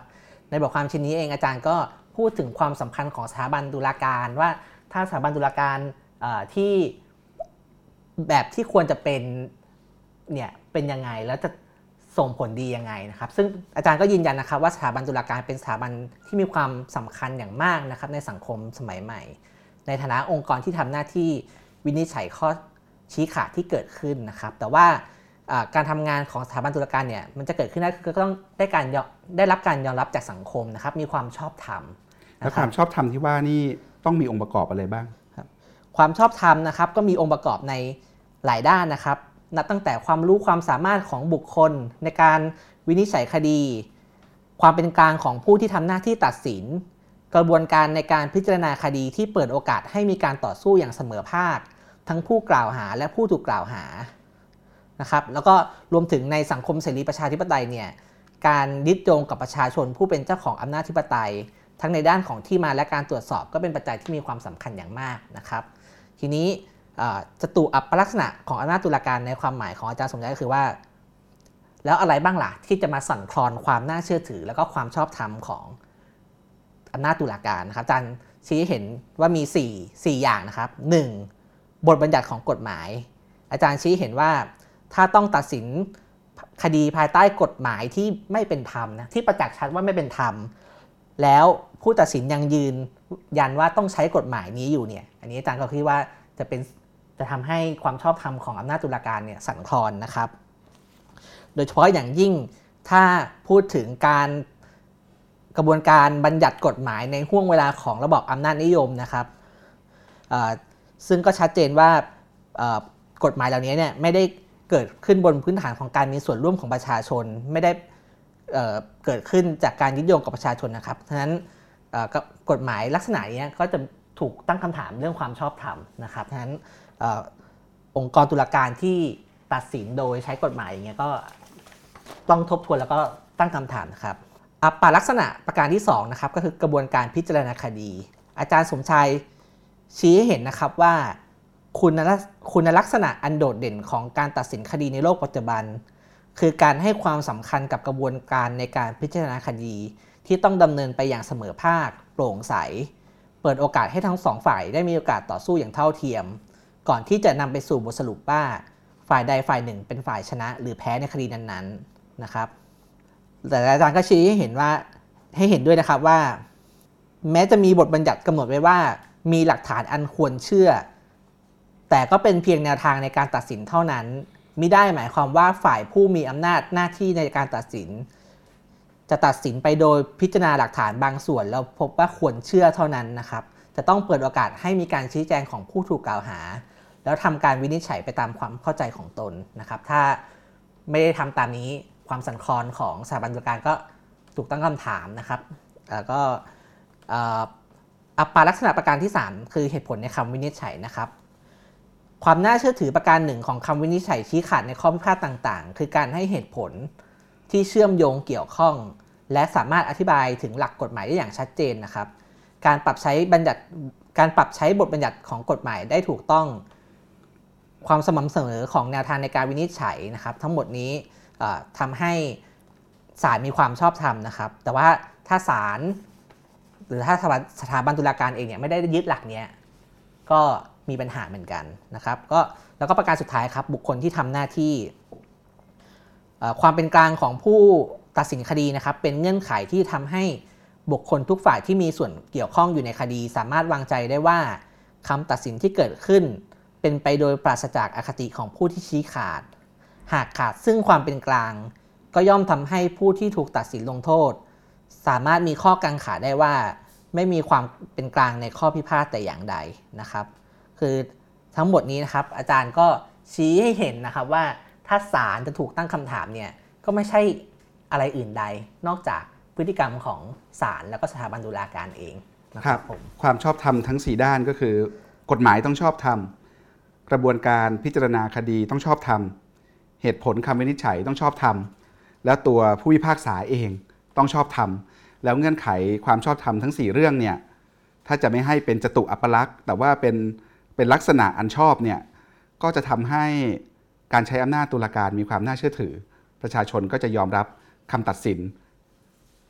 ในบทความชิ้นนี้เองอาจารย์ก็พูดถึงความสำคัญของสถาบันตุลาการว่าถ้าสถาบันตุลาการที่แบบที่ควรจะเป็นเนี่ยเป็นยังไงแล้วจะส่งผลดียังไงนะครับซึ่งอาจารย์ก็ยืนยันนะครับว่าสถาบันตุลาการเป็นสถาบันที่มีความสำคัญอย่างมากนะครับในสังคมสมัยใหม่ในฐานะองค์กรที่ทำหน้าที่วินิจฉัยข้อชี้ขาดที่เกิดขึ้นนะครับแต่ว่าการทำงานของสถาบันตุลาการเนี่ยมันจะเกิดขึ้นได้ก็ต้องได้การได้รับการยอมรับจากสังคมนะครับมีความชอบธรรมและความชอบธรรมที่ว่านี่ต้องมีองค์ประกอบอะไรบ้างความชอบธรรมนะครับก็มีองค์ประกอบในหลายด้านนะครับนับตั้งแต่ความรู้ความสามารถของบุคคลในการวินิจฉัยคดีความเป็นกลางของผู้ที่ทำหน้าที่ตัดสินกระบวนการในการพิจารณาคดีที่เปิดโอกาสให้มีการต่อสู้อย่างเสมอภาคทั้งผู้กล่าวหาและผู้ถูกกล่าวหานะครับแล้วก็รวมถึงในสังคมเสรีประชาธิปไตยเนี่ยการยึดโยงกับประชาชนผู้เป็นเจ้าของอำนาจธิปไตยทั้งในด้านของที่มาและการตรวจสอบก็เป็นปัจจัยที่มีความสำคัญอย่างมากนะครับทีนี้จตุอัปลักษณะของอำนาจตุลาการในความหมายของอาจารย์สมชายก็คือว่าแล้วอะไรบ้างล่ะที่จะมาสั่นคลอนความน่าเชื่อถือแล้วก็ความชอบธรรมของอำนาจตุลาการนะครับอาจารย์ชี้เห็นว่ามีสี่ สี่อย่างนะครับหนึ่งบทบัญญัติของกฎหมายอาจารย์ชี้เห็นว่าถ้าต้องตัดสินคดีภายใต้กฎหมายที่ไม่เป็นธรรมนะที่ประจักษ์ชัดว่าไม่เป็นธรรมแล้วผู้ตัดสินยังยืนยันว่าต้องใช้กฎหมายนี้อยู่เนี่ยอันนี้อาจารย์ก็คิดว่าจะเป็นจะทำให้ความชอบธรรมของอำนาจตุลาการเนี่ยสั่นคลอนนะครับโดยเฉพาะอย่างยิ่งถ้าพูดถึงการกระบวนการบัญญัติกฎหมายในห่วงเวลาของระบอบอำนาจนิยมนะครับซึ่งก็ชัดเจนว่ากฎหมายเหล่านี้เนี่ยไม่ได้เกิดขึ้นบนพื้นฐานของการมีส่วนร่วมของประชาชนไม่ได้เอ่อเกิดขึ้นจากการยึดโยงกับประชาชนนะครับฉะนั้นกฎหมายลักษณะนี้ก็จะถูกตั้งคำถามเรื่องความชอบธรรมนะครับฉะนั้นอองค์กรตุลาการที่ตัดสินโดยใช้กฎหมายอย่างเงี้ยก็ต้องทบทวนแล้วก็ตั้งคำถามนะครับอัปลักษณะประการที่สองนะครับก็คือกระบวนการพิจารณาคดีอาจารย์สมชายชี้ให้เห็นนะครับว่าคุณคุณลักษณะอันโดดเด่นของการตัดสินคดีในโลกปัจจุบันคือการให้ความสำคัญกับกระบวนการในการพิจารณาคดีที่ต้องดำเนินไปอย่างเสมอภาคโปร่งใสเปิดโอกาสให้ทั้งสองฝ่ายได้มีโอกาสต่อสู้อย่างเท่าเทียมก่อนที่จะนำไปสู่บทสรุปว่าฝ่ายใดฝ่ายหนึ่งเป็นฝ่ายชนะหรือแพ้ในคดีนั้นๆนะครับแต่อาจารย์ก็ชี้ให้เห็นว่าให้เห็นด้วยนะครับว่าแม้จะมีบทบัญญัติกำหนดไว้ว่ามีหลักฐานอันควรเชื่อแต่ก็เป็นเพียงแนวทางในการตัดสินเท่านั้นมิได้หมายความว่าฝ่ายผู้มีอำนาจหน้าที่ในการตัดสินจะตัดสินไปโดยพิจารณาหลักฐานบางส่วนแล้วพบว่าควรเชื่อเท่านั้นนะครับจะต้องเปิดโอกาสให้มีการชี้แจงของผู้ถูกกล่าวหาแล้วทำการวินิจฉัยไปตามความเข้าใจของตนนะครับถ้าไม่ได้ทำตามนี้ความสั่นคลอนของสถาบันตุลาการก็ถูกตั้งคำถามนะครับแล้วก็อัปลักษณะประการที่สามคือเหตุผลในคำวินิจฉัยนะครับความน่าเชื่อถือประการหนึ่งของคำวินิจฉัยชี้ขาดในข้อพิพาทต่างๆคือการให้เหตุผลที่เชื่อมโยงเกี่ยวข้องและสามารถอธิบายถึงหลักกฎหมายได้อย่างชัดเจนนะครับการปรับใช้บัญญัติการปรับใช้บทบัญญัติของกฎหมายได้ถูกต้องความสม่ำเสมอของแนวทางในการวินิจฉัยนะครับทั้งหมดนี้ทำให้ศาลมีความชอบธรรมนะครับแต่ว่าถ้าศาลหรือถ้าสถาบันตุลาการเองเนี่ยไม่ได้ยึดหลักนี้ก็มีปัญหาเหมือนกันนะครับก็แล้วก็ประการสุดท้ายครับบุคคลที่ทำหน้าที่ความเป็นกลางของผู้ตัดสินคดีนะครับเป็นเงื่อนไขที่ทำให้บุคคลทุกฝ่ายที่มีส่วนเกี่ยวข้องอยู่ในคดีสามารถวางใจได้ว่าคำตัดสินที่เกิดขึ้นเป็นไปโดยปราศจากอคติของผู้ที่ชี้ขาดหากขาดซึ่งความเป็นกลางก็ย่อมทำให้ผู้ที่ถูกตัดสินลงโทษสามารถมีข้อกังขาได้ว่าไม่มีความเป็นกลางในข้อพิพาทแต่อย่างใดนะครับคือทั้งหมดนี้นะครับอาจารย์ก็ชี้ให้เห็นนะครับว่าถ้าศาลจะถูกตั้งคำถามเนี่ยก็ไม่ใช่อะไรอื่นใดนอกจากพฤติกรรมของศาลแล้วก็สถาบันตุลาการเองนะครับผมความชอบธรรมทั้งสี่ด้านก็คือกฎหมายต้องชอบธรรมกระบวนการพิจารณาคดีต้องชอบธรรมเหตุผลคำวินิจฉัยต้องชอบธรรมแล้วตัวผู้พิพากษาเองต้องชอบธรรมแล้วเงื่อนไขความชอบธรรมทั้งสี่เรื่องเนี่ยถ้าจะไม่ให้เป็นจตุอัปลักษณ์แต่ว่าเป็นเป็นลักษณะอันชอบเนี่ยก็จะทำให้การใช้อำนาจตุลาการมีความน่าเชื่อถือประชาชนก็จะยอมรับคำตัดสิน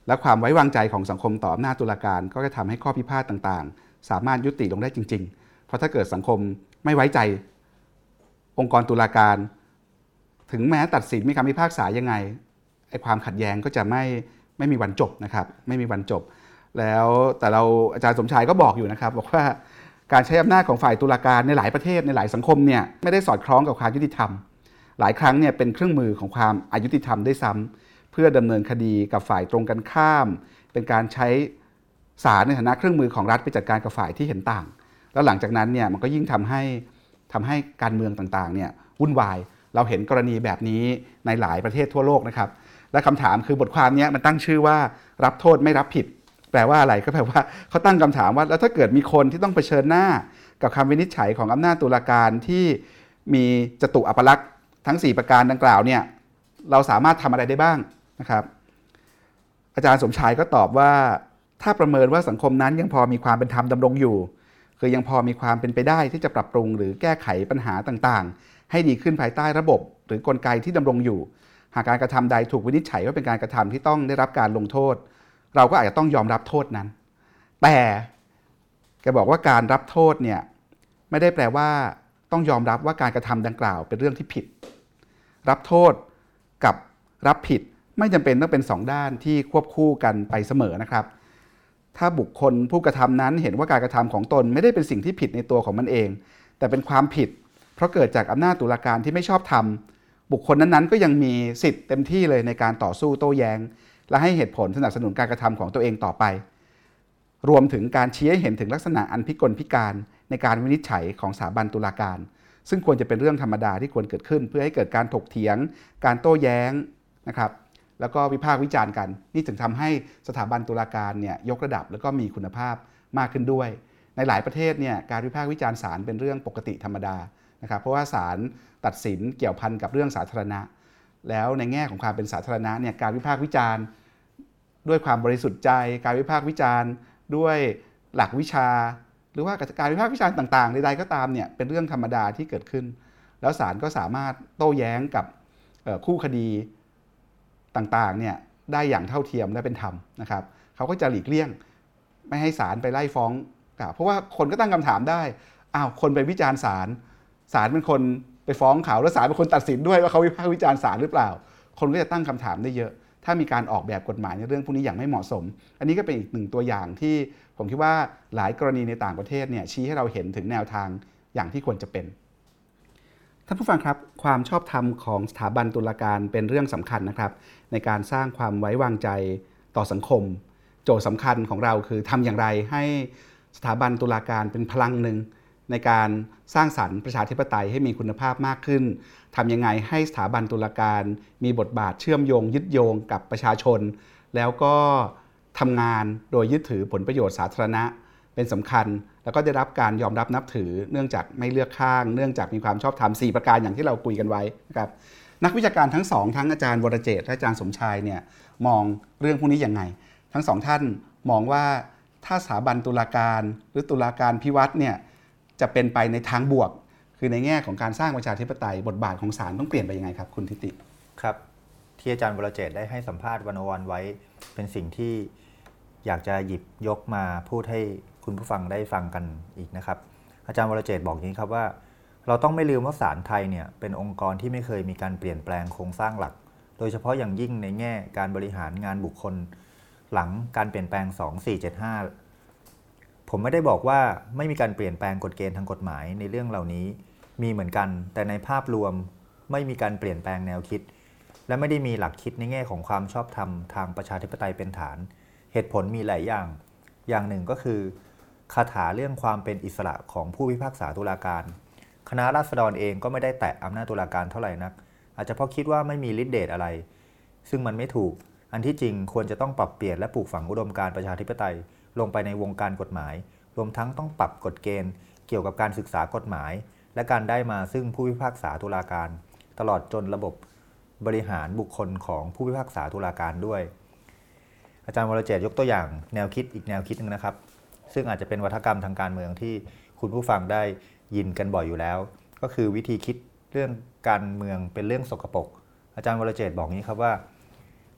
และความไว้วางใจของสังคมต่ออำนาจตุลาการก็จะทำให้ข้อพิพาทต่างๆสามารถยุติลงได้จริงๆเพราะถ้าเกิดสังคมไม่ไว้ใจองค์กรตุลาการถึงแม้ตัดสินมีคำพิพากษายังไงไอ้ความขัดแย้งก็จะไม่ไม่มีวันจบนะครับไม่มีวันจบแล้วแต่เราอาจารย์สมชายก็บอกอยู่นะครับบอกว่าการใช้อำนาจของฝ่ายตุลาการในหลายประเทศในหลายสังคมเนี่ยไม่ได้สอดคล้องกับความยุติธรรมหลายครั้งเนี่ยเป็นเครื่องมือของความอายุติธรรมด้วยซ้ำเพื่อดำเนินคดีกับฝ่ายตรงกันข้ามเป็นการใช้ศาลในฐานะเครื่องมือของรัฐไปจัดการกับฝ่ายที่เห็นต่างแล้วหลังจากนั้นเนี่ยมันก็ยิ่งทำให้ทำให้การเมืองต่างๆเนี่ยวุ่นวายเราเห็นกรณีแบบนี้ในหลายประเทศทั่วโลกนะครับและคำถามคือบทความนี้มันตั้งชื่อว่ารับโทษไม่รับผิดแปลว่าอะไรก็แปลว่าเขาตั้งคำถามว่าแล้วถ้าเกิดมีคนที่ต้องเผชิญหน้ากับคำวินิจฉัยของอำนาจตุลาการที่มีจตุอัปลักษณ์ทั้งสี่ประการดังกล่าวเนี่ยเราสามารถทำอะไรได้บ้างนะครับอาจารย์สมชายก็ตอบว่าถ้าประเมินว่าสังคมนั้นยังพอมีความเป็นธรรมดำรงอยู่คือยังพอมีความเป็นไปได้ที่จะปรับปรุงหรือแก้ไขปัญหาต่างๆให้ดีขึ้นภายใต้ระบบหรือกลไกที่ดำรงอยู่หากการกระทำใดถูกวินิจฉัยว่าเป็นการกระทำที่ต้องได้รับการลงโทษเราก็อาจจะต้องยอมรับโทษนั้นแต่แกบอกว่าการรับโทษเนี่ยไม่ได้แปลว่าต้องยอมรับว่าการกระทำดังกล่าวเป็นเรื่องที่ผิดรับโทษกับรับผิดไม่จำเป็นต้องเป็นสองด้านที่ควบคู่กันไปเสมอนะครับถ้าบุคคลผู้กระทำนั้นเห็นว่าการกระทำของตนไม่ได้เป็นสิ่งที่ผิดในตัวของมันเองแต่เป็นความผิดเพราะเกิดจากอำนาจตุลาการที่ไม่ชอบธรรมบุคคลนั้นๆก็ยังมีสิทธิ์เต็มที่เลยในการต่อสู้โต้แย้งและให้เหตุผลสนับสนุนการกระทำของตัวเองต่อไปรวมถึงการชี้ให้เห็นถึงลักษณะอันพิกลพิการในการวินิจฉัยของสถาบันตุลาการซึ่งควรจะเป็นเรื่องธรรมดาที่ควรเกิดขึ้นเพื่อให้เกิดการถกเถียงการโต้แย้งนะครับแล้วก็วิพากษ์วิจารณ์กันนี่ถึงทำให้สถาบันตุลาการเนี่ยยกระดับแล้วก็มีคุณภาพมากขึ้นด้วยในหลายประเทศเนี่ยการวิพากษ์วิจารณ์ศาลเป็นเรื่องปกติธรรมดานะครับเพราะว่าศาลตัดสินเกี่ยวพันกับเรื่องสาธารณะแล้วในแง่ของความเป็นสาธารณะเนี่ยการวิพากษ์วิจารณ์ด้วยความบริสุทธิ์ใจการวิพากษ์วิจารณ์ด้วยหลักวิชาหรือว่าการวิพากษ์วิจารณ์ต่างๆใดๆก็ตามเนี่ยเป็นเรื่องธรรมดาที่เกิดขึ้นแล้วศาลก็สามารถโต้แย้งกับคู่คดีต่างๆเนี่ยได้อย่างเท่าเทียมและเป็นธรรมนะครับเขาก็จะหลีกเลี่ยงไม่ให้ศาลไปไล่ฟ้องเพราะว่าคนก็ตั้งคำถามได้อ้าวคนไปวิจารณ์ศาลศาลเป็นคนไปฟ้องเขาแล้วศาลเป็นคนตัดสินด้วยว่าเขาวิพากษ์วิจารณ์ศาลหรือเปล่าคนก็จะตั้งคำถามได้เยอะถ้ามีการออกแบบกฎหมายในเรื่องพวกนี้อย่างไม่เหมาะสมอันนี้ก็เป็นอีกหนึ่งตัวอย่างที่ผมคิดว่าหลายกรณีในต่างประเทศเนี่ยชี้ให้เราเห็นถึงแนวทางอย่างที่ควรจะเป็นท่านผู้ฟังครับความชอบธรรมของสถาบันตุลาการเป็นเรื่องสำคัญนะครับในการสร้างความไว้วางใจต่อสังคมโจทย์สำคัญของเราคือทำอย่างไรให้สถาบันตุลาการเป็นพลังหนึ่งในการสร้างสรรค์ประชาธิปไตยให้มีคุณภาพมากขึ้นทำยังไงให้สถาบันตุลาการมีบทบาทเชื่อมโยงยึดโยงกับประชาชนแล้วก็ทำงานโดยยึดถือผลประโยชน์สาธารณะเป็นสำคัญแล้วก็ได้รับการยอมรับนับถือเนื่องจากไม่เลือกข้างเนื่องจากมีความชอบธรรมสี่ประการอย่างที่เราคุยกันไว้นะครับนักวิชาการทั้งสองทั้งอาจารย์วรเจตน์และอาจารย์สมชายเนี่ยมองเรื่องพวกนี้ยังไงทั้งสองท่านมองว่าถ้าสถาบันตุลาการหรือตุลาการพิวัตรเนี่ยจะเป็นไปในทางบวกคือในแง่ของการสร้างประชาธิปไตยบทบาทของศาลต้องเปลี่ยนไปยังไงครับคุณทิติครับที่อาจารย์วรเจตน์ได้ให้สัมภาษณ์วันอวันไว้เป็นสิ่งที่อยากจะหยิบยกมาพูดให้คุณผู้ฟังได้ฟังกันอีกนะครับอาจารย์วรเจตน์บอกอย่างนี้ครับว่าเราต้องไม่ลืมว่าศาลไทยเนี่ยเป็นองค์กรที่ไม่เคยมีการเปลี่ยนแปลงโครงสร้างหลักโดยเฉพาะอย่างยิ่งในแง่การบริหารงานบุคคลหลังการเปลี่ยนแปลงสองสี่เจ็ดห้าผมไม่ได้บอกว่าไม่มีการเปลี่ยนแปลงกฎเกณฑ์ทางกฎหมายในเรื่องเหล่านี้มีเหมือนกันแต่ในภาพรวมไม่มีการเปลี่ยนแปลงแนวคิดและไม่ได้มีหลักคิดในแง่ของความชอบธรรมทางประชาธิปไตยเป็นฐานเหตุผลมีหลายอย่างอย่างหนึ่งก็คือคาถาเรื่องความเป็นอิสระของผู้พิพากษาตุลาการคณะราษฎรเองก็ไม่ได้แตะอำนาจตุลาการเท่าไหร่นักอาจจะเพราะคิดว่าไม่มีฤทธิ์เดชอะไรซึ่งมันไม่ถูกอันที่จริงควรจะต้องปรับเปลี่ยนและปลูกฝังอุดมการณ์ประชาธิปไตยลงไปในวงการกฎหมายรวมทั้งต้องปรับกฎเกณฑ์เกี่ยวกับการศึกษากฎหมายและการได้มาซึ่งผู้พิพากษาตุลาการตลอดจนระบบบริหารบุคคลของผู้พิพากษาตุลาการด้วยอาจารย์วรเจตน์ยกตัวอย่างแนวคิดอีกแนวคิดนึงนะครับซึ่งอาจจะเป็นวัฒกรรมทางการเมืองที่คุณผู้ฟังได้ยินกันบ่อยอยู่แล้วก็คือวิธีคิดเรื่องการเมืองเป็นเรื่องสกปรกอาจารย์วรเจตน์บอกนี้ครับว่า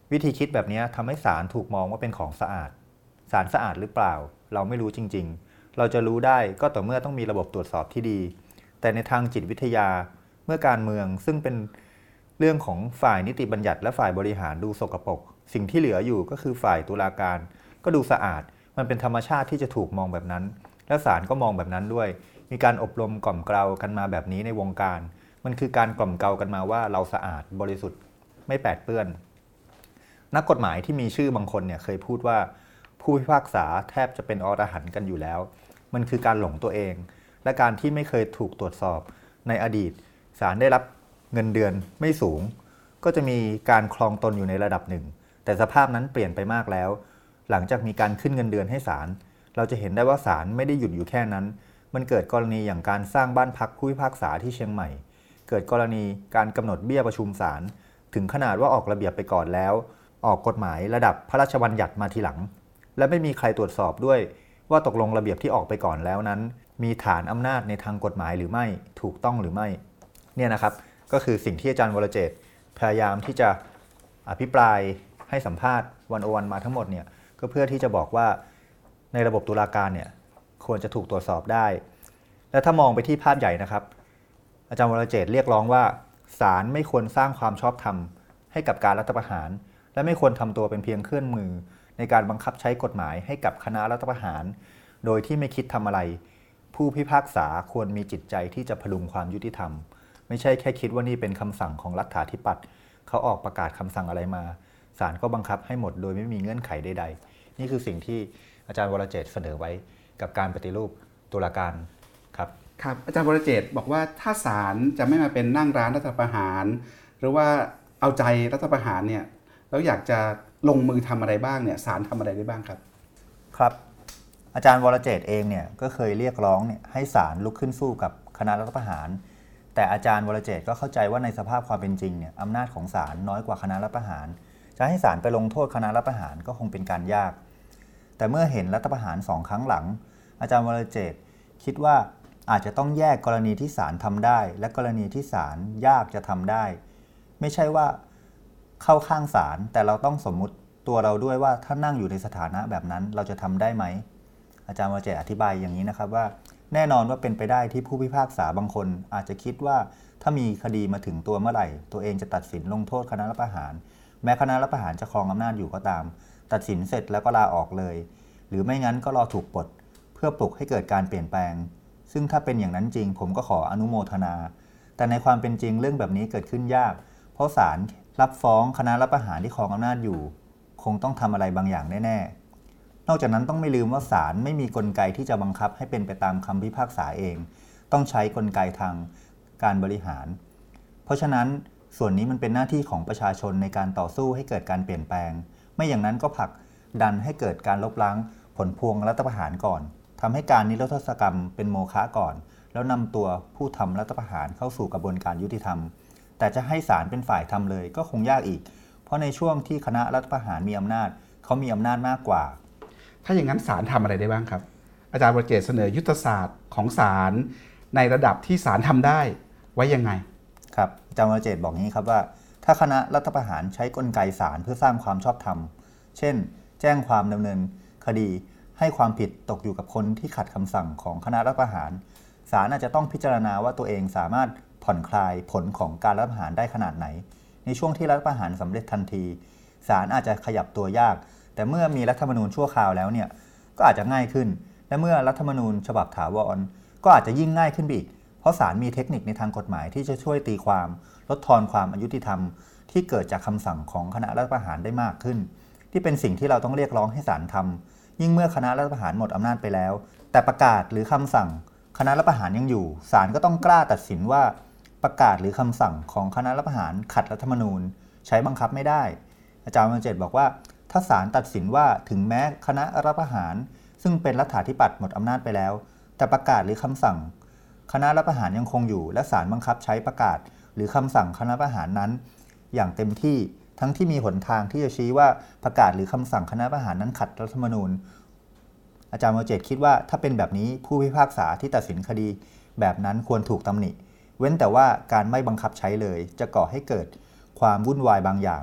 วิธีคิดแบบนี้ทำให้ศาลถูกมองว่าเป็นของสะอาดศาลสะอาดหรือเปล่าเราไม่รู้จริงๆเราจะรู้ได้ก็ต่อเมื่อต้องมีระบบตรวจสอบที่ดีแต่ในทางจิตวิทยาเมื่อการเมืองซึ่งเป็นเรื่องของฝ่ายนิติบัญญัติและฝ่ายบริหารดูสกปรกสิ่งที่เหลืออยู่ก็คือฝ่ายตุลาการก็ดูสะอาดมันเป็นธรรมชาติที่จะถูกมองแบบนั้นและศาลก็มองแบบนั้นด้วยมีการอบรมกล่อมเกลากันมาแบบนี้ในวงการมันคือการกล่อมเกลากันมาว่าเราสะอาดบริสุทธิ์ไม่แปดเปื้อนนักกฎหมายที่มีชื่อบางคนเนี่ยเคยพูดว่าผู้พิพากษาแทบจะเป็นอรหันต์กันอยู่แล้วมันคือการหลงตัวเองและการที่ไม่เคยถูกตรวจสอบในอดีตศาลได้รับเงินเดือนไม่สูงก็จะมีการครองตนอยู่ในระดับหนึ่งแต่สภาพนั้นเปลี่ยนไปมากแล้วหลังจากมีการขึ้นเงินเดือนให้ศาลเราจะเห็นได้ว่าศาลไม่ได้หยุดอยู่แค่นั้นมันเกิดกรณีอย่างการสร้างบ้านพักผู้พิพากษาที่เชียงใหม่เกิดกรณีการกำหนดเบี้ยประชุมศาลถึงขนาดว่าออกระเบียบไปก่อนแล้วออกกฎหมายระดับพระราชบัญญัติมาทีหลังและไม่มีใครตรวจสอบด้วยว่าตกลงระเบียบที่ออกไปก่อนแล้วนั้นมีฐานอำนาจในทางกฎหมายหรือไม่ถูกต้องหรือไม่เนี่ยนะครับก็คือสิ่งที่อาจารย์วรเจตน์พยายามที่จะอภิปรายให้สัมภาษณ์วันโอวันมาทั้งหมดเนี่ยก็เพื่อที่จะบอกว่าในระบบตุลาการเนี่ยควรจะถูกตรวจสอบได้และถ้ามองไปที่ภาพใหญ่นะครับอาจารย์วรเจตน์เรียกร้องว่าศาลไม่ควรสร้างความชอบธรรมให้กับการรัฐประหารและไม่ควรทำตัวเป็นเพียงเครื่องมือในการบังคับใช้กฎหมายให้กับคณะรัฐประหารโดยที่ไม่คิดทำอะไรผู้พิพากษาควรมีจิตใจที่จะพดุงความยุติธรรมไม่ใช่แค่คิดว่านี่เป็นคำสั่งของรัฐาธิปัตย์เขาออกประกาศคำสั่งอะไรมาศาลก็บังคับให้หมดโดยไม่มีเงื่อนไขใดๆนี่คือสิ่งที่อาจารย์วรเจตน์เสนอไว้กับการปฏิรูปตุลาการครับครับอาจารย์วรเจตน์บอกว่าถ้าศาลจะไม่มาเป็นนั่งร้านรัฐประหารหรือว่าเอาใจรัฐประหารเนี่ยแล้วอยากจะลงมือทำอะไรบ้างเนี่ยศาลทำอะไรได้บ้างครับครับอาจารย์วรเจตน์เองเนี่ยก็เคยเรียกร้องเนี่ยให้ศาลลุกขึ้นสู้กับคณะรัฐประหารแต่อาจารย์วรเจตน์ก็เข้าใจว่าในสภาพความเป็นจริงเนี่ยอำนาจของศาลน้อยกว่าคณะรัฐประหารจะให้ศาลไปลงโทษคณะรัฐประหารก็คงเป็นการยากแต่เมื่อเห็นรัฐประหารสองครั้งหลังอาจารย์วรเจตน์คิดว่าอาจจะต้องแยกกรณีที่ศาลทำได้และกรณีที่ศาลยากจะทำได้ไม่ใช่ว่าเข้าข้างศาลแต่เราต้องสมมุติตัวเราด้วยว่าถ้านั่งอยู่ในสถานะแบบนั้นเราจะทำได้ไหมอาจารย์วรเจตน์อธิบายอย่างนี้นะครับว่าแน่นอนว่าเป็นไปได้ที่ผู้พิพากษาบางคนอาจจะคิดว่าถ้ามีคดีมาถึงตัวเมื่อไหร่ตัวเองจะตัดสินลงโทษคณะรัฐประหารแม้คณะรัฐประหารจะครองอำนาจอยู่ก็ตามตัดสินเสร็จแล้วก็ลาออกเลยหรือไม่งั้นก็รอถูกปลดเพื่อปลุกให้เกิดการเปลี่ยนแปลงซึ่งถ้าเป็นอย่างนั้นจริงผมก็ขออนุโมทนาแต่ในความเป็นจริงเรื่องแบบนี้เกิดขึ้นยากเพราะศาลรับฟ้องคณะรัฐประหารที่ครองอำนาจอยู่คงต้องทำอะไรบางอย่างแน่ๆนอกจากนั้นต้องไม่ลืมว่าศาลไม่มีกลไกที่จะบังคับให้เป็นไปตามคำพิพากษาเองต้องใช้กลไกทางการบริหารเพราะฉะนั้นส่วนนี้มันเป็นหน้าที่ของประชาชนในการต่อสู้ให้เกิดการเปลี่ยนแปลงไม่อย่างนั้นก็ผลักดันให้เกิดการลบล้างผลพวงรัฐประหารก่อนทำให้การนิรโทษกรรมเป็นโมฆะก่อนแล้วนำตัวผู้ทำรัฐประหารเข้าสู่กระบวนการยุติธรรมแต่จะให้ศาลเป็นฝ่ายทำเลยก็คงยากอีกเพราะในช่วงที่คณะรัฐประหารมีอำนาจเขามีอำนาจมากกว่าถ้าอย่างนั้นศาลทำอะไรได้บ้างครับอาจารย์วรเจตน์เสนอยุทธศาสตร์ของศาลในระดับที่ศาลทำได้ไว้ยังไงครับอาจารย์วรเจตน์บอกงี้ครับว่าถ้าคณะรัฐประหารใช้กลไกศาลเพื่อสร้างความชอบธรรมเช่นแจ้งความดำเนินคดีให้ความผิดตกอยู่กับคนที่ขัดคำสั่งของคณะรัฐประหารศาลอาจจะต้องพิจารณาว่าตัวเองสามารถผ่อนคลายผลของการรัฐประหารได้ขนาดไหนในช่วงที่รัฐประหารสำเร็จทันทีศาลอาจจะขยับตัวยากแต่เมื่อมีรัฐธรรมนูญชั่วคราวแล้วเนี่ยก็อาจจะง่ายขึ้นและเมื่อรัฐธรรมนูญฉบับถาวรก็อาจจะยิ่งง่ายขึ้นอีกเพราะศาลมีเทคนิคในทางกฎหมายที่จะช่วยตีความลดทอนความอยุติธรรมที่เกิดจากคำสั่งของคณะรัฐประหารได้มากขึ้นที่เป็นสิ่งที่เราต้องเรียกร้องให้ศาลทำยิ่งเมื่อคณะรัฐประหารหมดอำนาจไปแล้วแต่ประกาศหรือคำสั่งคณะรัฐประหารยังอยู่ศาลก็ต้องกล้าตัดสินว่าประกาศหรือคำสั่งของคณะรัฐประหารขัดรัฐธรรมนูญใช้บังคับไม่ได้อาจารย์วรเจตน์บอกว่าถ้าศาลตัดสินว่าถึงแม้คณะรัฐประหารซึ่งเป็นรัฐาธิปัตย์หมดอำนาจไปแล้วแต่ประกาศหรือคำสั่งคณะรัฐประหารยังคงอยู่และศาลบังคับใช้ประกาศหรือคำสั่งคณะรัฐประหารนั้นอย่างเต็มที่ทั้งที่มีหนทางที่จะชี้ว่าประกาศหรือคำสั่งคณะรัฐประหารนั้นขัดรัฐธรรมนูญอาจารย์วรเจตน์คิดว่าถ้าเป็นแบบนี้ผู้พิพากษาที่ตัดสินคดีแบบนั้นควรถูกตำหนิเว้นแต่ว่าการไม่บังคับใช้เลยจะก่อให้เกิดความวุ่นวายบางอย่าง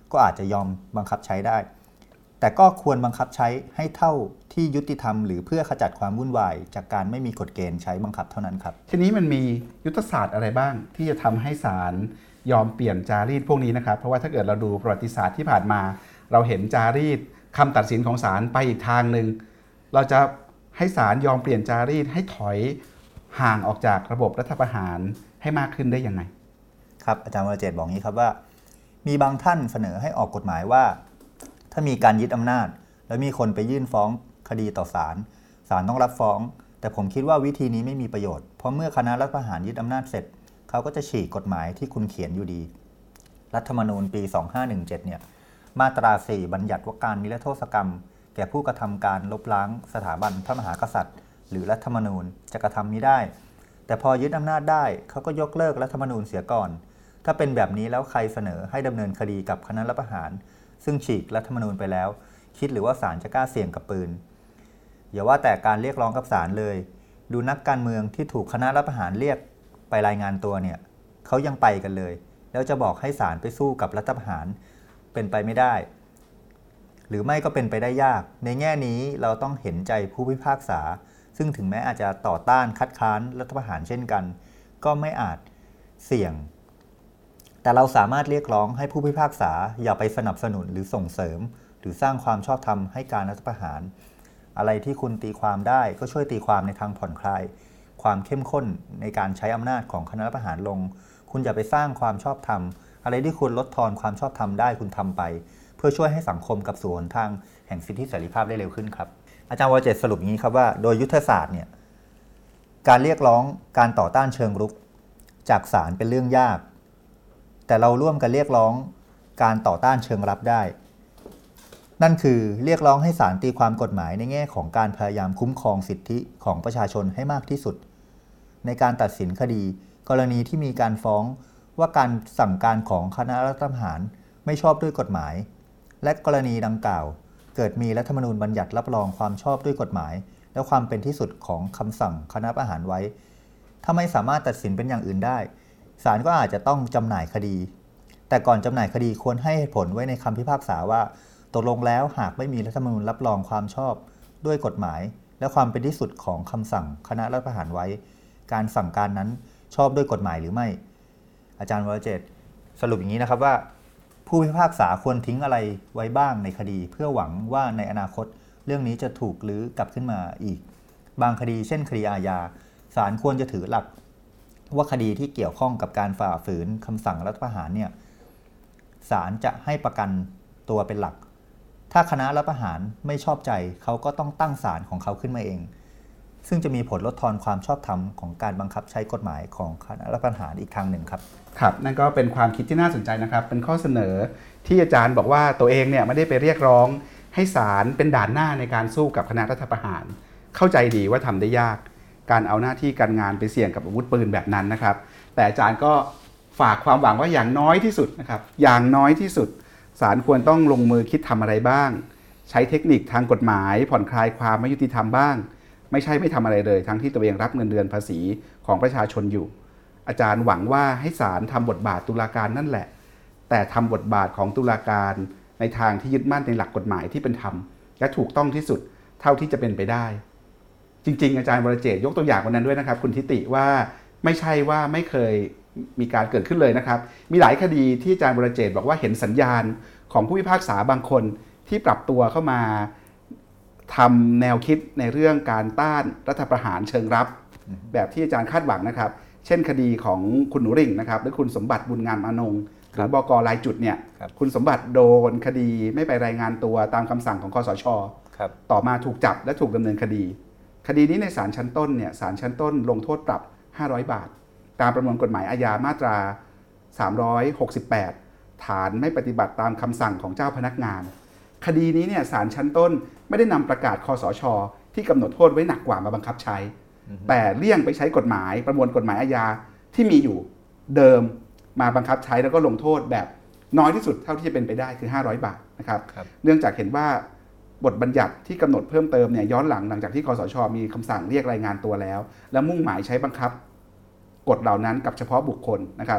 ก็อาจจะยอมบังคับใช้ได้แต่ก็ควรบังคับใช้ให้เท่าที่ยุติธรรมหรือเพื่อขจัดความวุ่นวายจากการไม่มีกฎเกณฑ์ใช้บังคับเท่านั้นครับทีนี้มันมียุทธศาสตร์อะไรบ้างที่จะทำให้ศาลยอมเปลี่ยนจารีตพวกนี้นะครับเพราะว่าถ้าเกิดเราดูประวัติศาสตร์ที่ผ่านมาเราเห็นจารีตคำตัดสินของศาลไปอีกทางหนึ่งเราจะให้ศาลยอมเปลี่ยนจารีตให้ถอยห่างออกจากระบบรัฐประหารให้มากขึ้นได้ยังไงครับอาจารย์วรเจตน์บอกงี้ครับว่ามีบางท่านเสนอให้ออกกฎหมายว่าถ้ามีการยึดอำนาจแล้วมีคนไปยื่นฟ้องคดีต่อศาลศาลต้องรับฟ้องแต่ผมคิดว่าวิธีนี้ไม่มีประโยชน์เพราะเมื่อคณะรัฐประหารยึดอำนาจเสร็จเขาก็จะฉีกกฎหมายที่คุณเขียนอยู่ดีรัฐธรรมนูญปีสองพันห้าร้อยสิบเจ็ดเนี่ยมาตราสี่บัญญัติว่าการนิรโทษกรรมแก่ผู้กระทำการลบล้างสถาบันพระมหากษัตริย์หรือรัฐธรรมนูญจะกระทำนี้ได้แต่พอยึดอำนาจได้เขาก็ยกเลิกรัฐธรรมนูญเสียก่อนถ้าเป็นแบบนี้แล้วใครเสนอให้ดำเนินคดีกับคณะรัฐประหารซึ่งฉีกรัฐธรรมนูญไปแล้วคิดหรือว่าศาลจะกล้าเสี่ยงกับปืนอย่าว่าแต่การเรียกร้องกับศาลเลยดูนักการเมืองที่ถูกคณะรัฐประหารเรียกไปรายงานตัวเนี่ยเขายังไปกันเลยแล้วจะบอกให้ศาลไปสู้กับรัฐประหารเป็นไปไม่ได้หรือไม่ก็เป็นไปได้ยากในแง่นี้เราต้องเห็นใจผู้พิพากษาซึ่งถึงแม้อาจจะต่อต้านคัดค้านรัฐประหารเช่นกันก็ไม่อาจเสี่ยงแต่เราสามารถเรียกร้องให้ผู้พิพากษาอย่าไปสนับสนุนหรือส่งเสริมหรือสร้างความชอบธรรมให้การรัฐประหารอะไรที่คุณตีความได้ก็ช่วยตีความในทางผ่อนคลายความเข้มข้นในการใช้อำนาจของคณะรัฐประหารลงคุณอย่าไปสร้างความชอบธรรมอะไรที่คุณลดทอนความชอบธรรมได้คุณทำไปเพื่อช่วยให้สังคมกับสู่หนทางแห่งสิทธิเสรีภาพได้เร็วขึ้นครับอาจารย์วรเจตน์สรุปอย่างนี้ครับว่าโดยยุทธศาสตร์เนี่ยการเรียกร้องการต่อต้านเชิงรุกจากศาลเป็นเรื่องยากแต่เราร่วมกันเรียกร้องการต่อต้านเชิงรับได้นั่นคือเรียกร้องให้ศาลตีความกฎหมายในแง่ของการพยายามคุ้มครองสิทธิของประชาชนให้มากที่สุดในการตัดสินคดีกรณีที่มีการฟ้องว่าการสั่งการของคณะรัฐประหารไม่ชอบด้วยกฎหมายและกรณีดังกล่าวเกิดมีรัฐธรรมนูญบัญญัติรับรองความชอบด้วยกฎหมายและความเป็นที่สุดของคำสั่งคณะประหารไว้ถ้าไม่สามารถตัดสินเป็นอย่างอื่นได้ศาลก็อาจจะต้องจำหน่ายคดีแต่ก่อนจำหน่ายคดีควรให้เหตุผลไว้ในคำพิพากษาว่าตกลงแล้วหากไม่มีรัฐธรรมนูญรับรองความชอบด้วยกฎหมายและความเป็นที่สุดของคำสั่งคณะรัฐประหารไว้การสั่งการนั้นชอบด้วยกฎหมายหรือไม่อาจารย์วรเจตน์สรุปอย่างนี้นะครับว่าผู้พิพากษาควรทิ้งอะไรไว้บ้างในคดีเพื่อหวังว่าในอนาคตเรื่องนี้จะถูกรื้อกลับขึ้นมาอีกบางคดีเช่นคดีอาญาศาลควรจะถือหลักว่าคดีที่เกี่ยวข้องกับการฝ่าฝืนคำสั่งรัฐประหารเนี่ยศาลจะให้ประกันตัวเป็นหลักถ้าคณะรัฐประหารไม่ชอบใจเขาก็ต้องตั้งศาลของเขาขึ้นมาเองซึ่งจะมีผลลดทอนความชอบธรรมของการบังคับใช้กฎหมายของคณะรัฐประหารอีกทางหนึ่งครับครับนั่นก็เป็นความคิดที่น่าสนใจนะครับเป็นข้อเสนอที่อาจารย์บอกว่าตัวเองเนี่ยไม่ได้ไปเรียกร้องให้ศาลเป็นด่านหน้าในการสู้กับคณะรัฐประหารเข้าใจดีว่าทำได้ยากการเอาหน้าที่การงานไปเสี่ยงกับอาวุธปืนแบบนั้นนะครับแต่อาจารย์ก็ฝากความหวังว่าอย่างน้อยที่สุดนะครับอย่างน้อยที่สุดศาลควรต้องลงมือคิดทำอะไรบ้างใช้เทคนิคทางกฎหมายผ่อนคลายความไม่ยุติธรรมบ้างไม่ใช่ไม่ทำอะไรเลยทั้งที่ตัวเองรับเงินเดือนภาษีของประชาชนอยู่อาจารย์หวังว่าให้ศาลทำบทบาทตุลาการนั่นแหละแต่ทำบทบาทของตุลาการในทางที่ยึดมั่นในหลักกฎหมายที่เป็นธรรมและถูกต้องที่สุดเท่าที่จะเป็นไปได้จริงๆอาจารย์วรเจตน์ยกตัวอย่างวันนั้นด้วยนะครับคุณทิติว่าไม่ใช่ว่าไม่เคยมีการเกิดขึ้นเลยนะครับมีหลายคดีที่อาจารย์วรเจตน์บอกว่าเห็นสัญญาณของผู้พิพากษาบางคนที่ปรับตัวเข้ามาทำแนวคิดในเรื่องการต้านรัฐประหารเชิงรับแบบที่อาจารย์คาดหวังนะครับเช่นคดีของคุณหนูริ่งนะครับหรือคุณสมบัติบุญงามอนงหรือบก.รายจุดเนี่ย คุณสมบัติโดนคดีไม่ไปรายงานตัวตามคำสั่งของคสช.ต่อมาถูกจับและถูกดำเนินคดีคดีนี้ในศาลชั้นต้นเนี่ยศาลชั้นต้นลงโทษปรับห้าร้อยบาทตามประมวลกฎหมายอาญามาตราสามร้อยหกสิบแปดฐานไม่ปฏิบัติตามคำสั่งของเจ้าพนักงานคดีนี้เนี่ยศาลชั้นต้นไม่ได้นำประกาศคสช.ที่กำหนดโทษไว้หนักกว่ามาบังคับใช้แต่เลี่ยงไปใช้กฎหมายประมวลกฎหมายอาญาที่มีอยู่เดิมมาบังคับใช้แล้วก็ลงโทษแบบน้อยที่สุดเท่าที่จะเป็นไปได้คือห้าร้อยบาทนะครับเนื่องจากเห็นว่าบทบัญญัติที่กำหนดเพิ่มเติมเนี่ยย้อนหลังหลังจากที่คสช.มีคำสั่งเรียกรายงานตัวแล้วและมุ่งหมายใช้บังคับกฎเหล่านั้นกับเฉพาะบุคคลนะครับ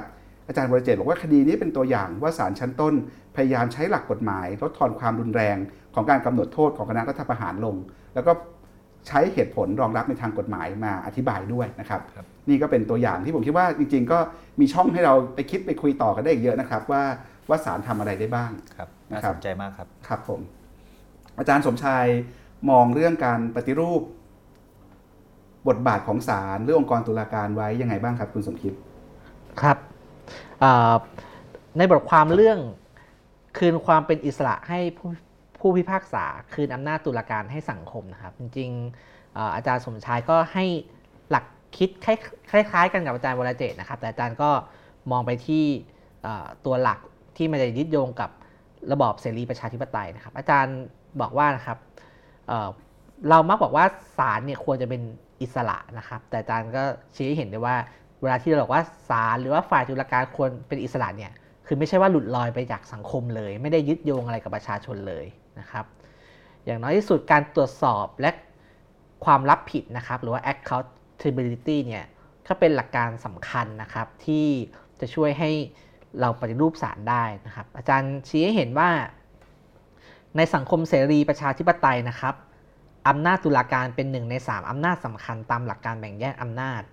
อาจารย์วรเจตน์บอกว่าคดีนี้เป็นตัวอย่างว่าศาลชั้นต้นพยายามใช้หลักกฎหมายลดทอนความรุนแรงของการกำหนดโทษของคณะรัฐประหารลงแล้วก็ใช้เหตุผลรองรับในทางกฎหมายมาอธิบายด้วยนะครับนี่ก็เป็นตัวอย่างที่ผมคิดว่าจริงๆก็มีช่องให้เราไปคิดไปคุยต่อกันได้อีกเยอะนะครับว่าว่าศาลทำอะไรได้บ้างครับน่าสนใจมากครับครับผมอาจารย์สมชายมองเรื่องการปฏิรูปบทบาทของศาลหรือองค์กรตุลาการไว้ยังไงบ้างครับคุณสมคิดครับในบทความเรื่องคืนความเป็นอิสระให้ผู้ผู้พิพากษาคืนอำนาจตุลาการให้สังคมนะครับจริงๆอาจารย์สมชายก็ให้หลักคิดคล้ายๆกันกับอาจารย์วรเจตน์นะครับแต่อาจารย์ก็มองไปที่ตัวหลักที่มันจะยึดโยงกับระบอบเสรีประชาธิปไตยนะครับอาจารย์บอกว่านะครับเ, เรามักบอกว่าศาลเนี่ยควรจะเป็นอิสระนะครับแต่อาจารย์ก็ชี้ให้เห็นได้ว่าเวลาที่เราบอกว่าศาลหรือว่าฝ่ายตุลาการควรเป็นอิสระเนี่ยคือไม่ใช่ว่าหลุดลอยไปจากสังคมเลยไม่ได้ยึดโยงอะไรกับประชาชนเลยนะครับอย่างน้อยที่สุดการตรวจสอบและความรับผิดนะครับหรือว่า accountability เนี่ยก็เป็นหลักการสำคัญนะครับที่จะช่วยให้เราปฏิรูปศาลได้นะครับอาจารย์ชี้ให้เห็นว่าในสังคมเสรีประชาธิปไตยนะครับอำนาจตุลาการเป็นหนึ่งในสามอำนาจสำคัญตามหลักการแบ่งแยกอำนาจ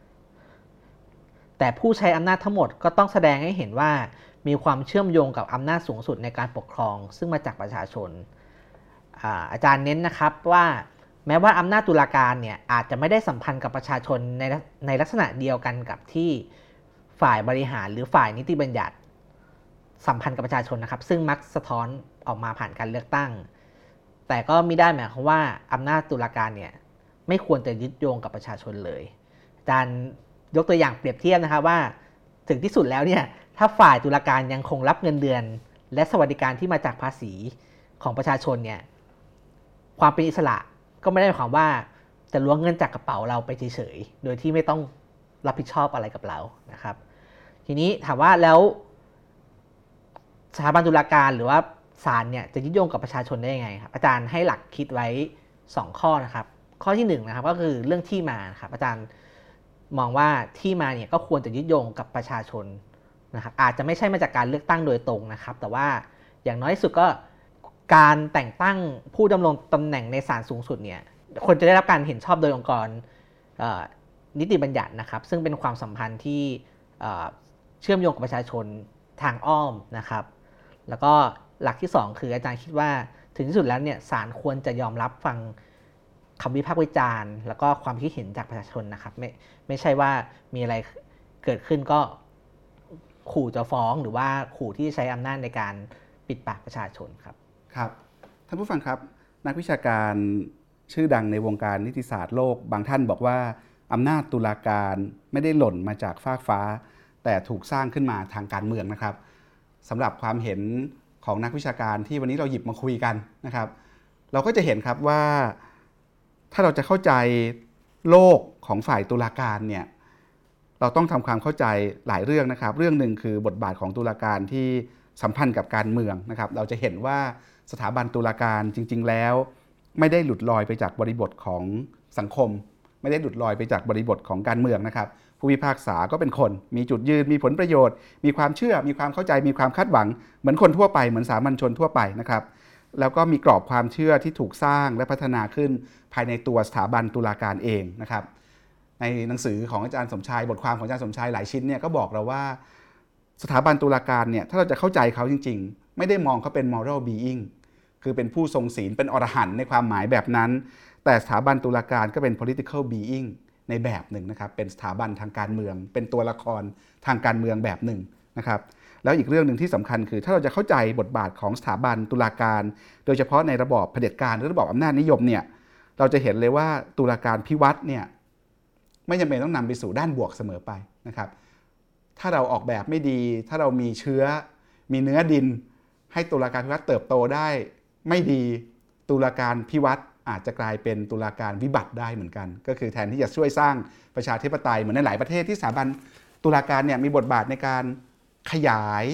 แต่ผู้ใช้อำนาจทั้งหมดก็ต้องแสดงให้เห็นว่ามีความเชื่อมโยงกับอำนาจสูงสุดในการปกครองซึ่งมาจากประชาชน อา, อาจารย์เน้นนะครับว่าแม้ว่าอำนาจตุลาการเนี่ยอาจจะไม่ได้สัมพันธ์กับประชาชนในในลักษณะเดียวกันกับที่ฝ่ายบริหารหรือฝ่ายนิติบัญญัติสัมพันธ์กับประชาชนนะครับซึ่งมักสะท้อนออกมาผ่านการเลือกตั้งแต่ก็ไม่ได้หมายความว่าอำนาจตุลาการเนี่ยไม่ควรจะยึดโยงกับประชาชนเลยอาจารย์ยกตัวอย่างเปรียบเทียบนะครับว่าถึงที่สุดแล้วเนี่ยถ้าฝ่ายตุลาการยังคงรับเงินเดือนและสวัสดิการที่มาจากภาษีของประชาชนเนี่ยความเป็นอิสระก็ไม่ได้หมายความว่าจะล้วงเงินจากกระเป๋าเราไปเฉยๆโดยที่ไม่ต้องรับผิดชอบอะไรกับเรานะครับทีนี้ถามว่าแล้วสถาบันตุลาการหรือว่าศาลเนี่ยจะยึดโยงกับประชาชนได้ยังไงครับอาจารย์ให้หลักคิดไว้สองข้อนะครับข้อที่หนึ่งนะครับก็คือเรื่องที่มาครับอาจารย์มองว่าที่มาเนี่ยก็ควรจะยึดโยงกับประชาชนนะครับอาจจะไม่ใช่มาจากการเลือกตั้งโดยตรงนะครับแต่ว่าอย่างน้อยที่สุดก็การแต่งตั้งผู้ดำรงตำแหน่งในศาลสูงสุดเนี่ยคนจะได้รับการเห็นชอบโดยองค์กรนิติบัญญัตินะครับซึ่งเป็นความสัมพันธ์ที่เชื่อมโยงกับประชาชนทางอ้อมนะครับแล้วก็หลักที่สองคืออาจารย์คิดว่าถึงที่สุดแล้วเนี่ยศาลควรจะยอมรับฟังคำวิพากษ์วิจารณ์แล้วก็ความคิดเห็นจากประชาชนนะครับไม่ไม่ใช่ว่ามีอะไรเกิดขึ้นก็ขู่จะฟ้องหรือว่าขู่ที่ใช้อำนาจในการปิดปากประชาชนครับครับท่านผู้ฟังครับนักวิชาการชื่อดังในวงการนิติศาสตร์โลกบางท่านบอกว่าอำนาจตุลาการไม่ได้หล่นมาจากฟากฟ้าแต่ถูกสร้างขึ้นมาทางการเมืองนะครับสำหรับความเห็นของนักวิชาการที่วันนี้เราหยิบมาคุยกันนะครับเราก็จะเห็นครับว่าถ้าเราจะเข้าใจโลกของฝ่ายตุลาการเนี่ยเราต้องทำความเข้าใจหลายเรื่องนะครับเรื่องหนึ่งคือบทบาทของตุลาการที่สัมพันธ์กับการเมืองนะครับเราจะเห็นว่าสถาบันตุลาการจริงๆแล้วไม่ได้หลุดลอยไปจากบริบทของสังคมไม่ได้หลุดลอยไปจากบริบทของการเมืองนะครับผู้พิพากษาก็เป็นคนมีจุดยืนมีผลประโยชน์มีความเชื่อมีความเข้าใจมีความคาดหวังเหมือนคนทั่วไปเหมือนสามัญชนทั่วไปนะครับแล้วก็มีกรอบความเชื่อที่ถูกสร้างและพัฒนาขึ้นภายในตัวสถาบันตุลาการเองนะครับในหนังสือของอาจารย์สมชายบทความของอาจารย์สมชายหลายชิ้นเนี่ยก็บอกเราว่าสถาบันตุลาการเนี่ยถ้าเราจะเข้าใจเขาจริงๆไม่ได้มองเขาเป็น moral being คือเป็นผู้ทรงศีลเป็นอรหันต์ในความหมายแบบนั้นแต่สถาบันตุลาการก็เป็น political being ในแบบหนึ่งนะครับเป็นสถาบันทางการเมืองเป็นตัวละครทางการเมืองแบบหนึ่งนะครับแล้วอีกเรื่องหนึ่งที่สำคัญคือถ้าเราจะเข้าใจบทบาทของสถาบันตุลาการโดยเฉพาะในระบอบเผด็จการหรือระบอบอำนาจนิยมเนี่ยเราจะเห็นเลยว่าตุลาการพิวัตรเนี่ยไม่จำเป็นต้องนำไปสู่ด้านบวกเสมอไปนะครับถ้าเราออกแบบไม่ดีถ้าเรามีเชื้อมีเนื้อดินให้ตุลาการพิวัตรเติบโตได้ไม่ดีตุลาการพิวัตรอาจจะกลายเป็นตุลาการวิบัติได้เหมือนกันก็คือแทนที่จะช่วยสร้างประชาธิปไตยเหมือนในหลายประเทศที่สถาบันตุลาการเนี่ยมีบทบาทในการขยาย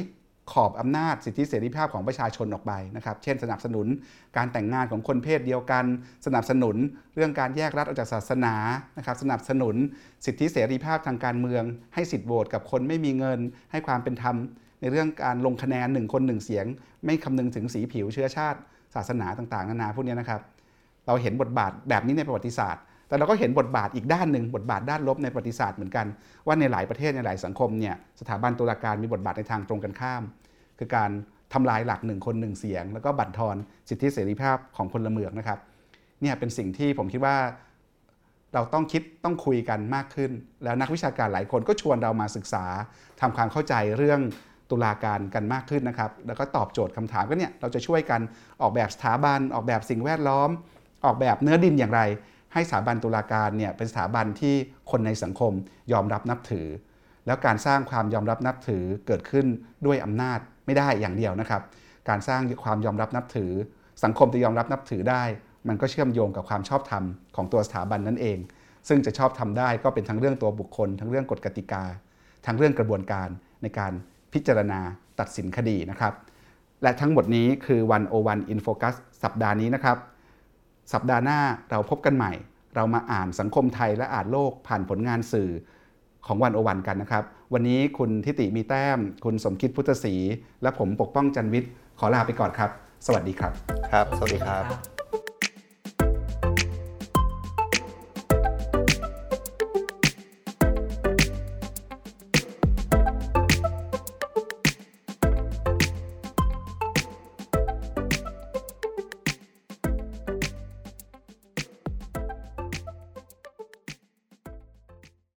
ขอบอำนาจสิทธิเสรีภาพของประชาชนออกไปนะครับเช่นสนับสนุนการแต่งงานของคนเพศเดียวกันสนับสนุนเรื่องการแยกรัฐออกจากศาสนานะครับสนับสนุนสิทธิเสรีภาพทางการเมืองให้สิทธิโหวตกับคนไม่มีเงินให้ความเป็นธรรมในเรื่องการลงคะแนนหนึ่งคนหนึ่งเสียงไม่คำนึงถึงสีผิวเชื้อชาติศาสนาต่างๆนานาพวกนี้นะครับเราเห็นบทบาทแบบนี้ในประวัติศาสตร์แต่เราก็เห็นบทบาทอีกด้านหนึ่งบทบาทด้านลบในประวัติศาสตร์เหมือนกันว่าในหลายประเทศในหลายสังคมเนี่ยสถาบันตุลาการมีบทบาทในทางตรงกันข้ามคือการทำลายหลักหนึ่งคนหนึ่งเสียงแล้วก็บั่นทอนสิทธิเสรีภาพของพลเมืองนะครับเนี่ยเป็นสิ่งที่ผมคิดว่าเราต้องคิดต้องคุยกันมากขึ้นแล้วนักวิชาการหลายคนก็ชวนเรามาศึกษาทำความเข้าใจเรื่องตุลาการกันมากขึ้นนะครับแล้วก็ตอบโจทย์คำถามก็เนี่ยเราจะช่วยกันออกแบบสถาบันออกแบบสิ่งแวดล้อมออกแบบเนื้อดินอย่างไรให้สถาบันตุลาการเนี่ยเป็นสถาบันที่คนในสังคมยอมรับนับถือแล้วการสร้างความยอมรับนับถือเกิดขึ้นด้วยอำนาจไม่ได้อย่างเดียวนะครับการสร้างความยอมรับนับถือสังคมจะยอมรับนับถือได้มันก็เชื่อมโยงกับความชอบธรรมของตัวสถาบันนั่นเองซึ่งจะชอบทำได้ก็เป็นทั้งเรื่องตัวบุคคลทั้งเรื่องกฎกติกาทั้งเรื่องกระบวนการในการพิจารณาตัดสินคดีนะครับและทั้งหมดนี้คือวันโอวัน In Focus สัปดาห์นี้นะครับสัปดาห์หน้าเราพบกันใหม่เรามาอ่านสังคมไทยและอ่านโลกผ่านผลงานสื่อของวันโอวันกันนะครับวันนี้คุณทิติมีแต้มคุณสมคิดพุทธศรีและผมปกป้องจันทร์วิทย์ขอลาไปก่อนครับสวัสดีครับครับสวัสดีครับ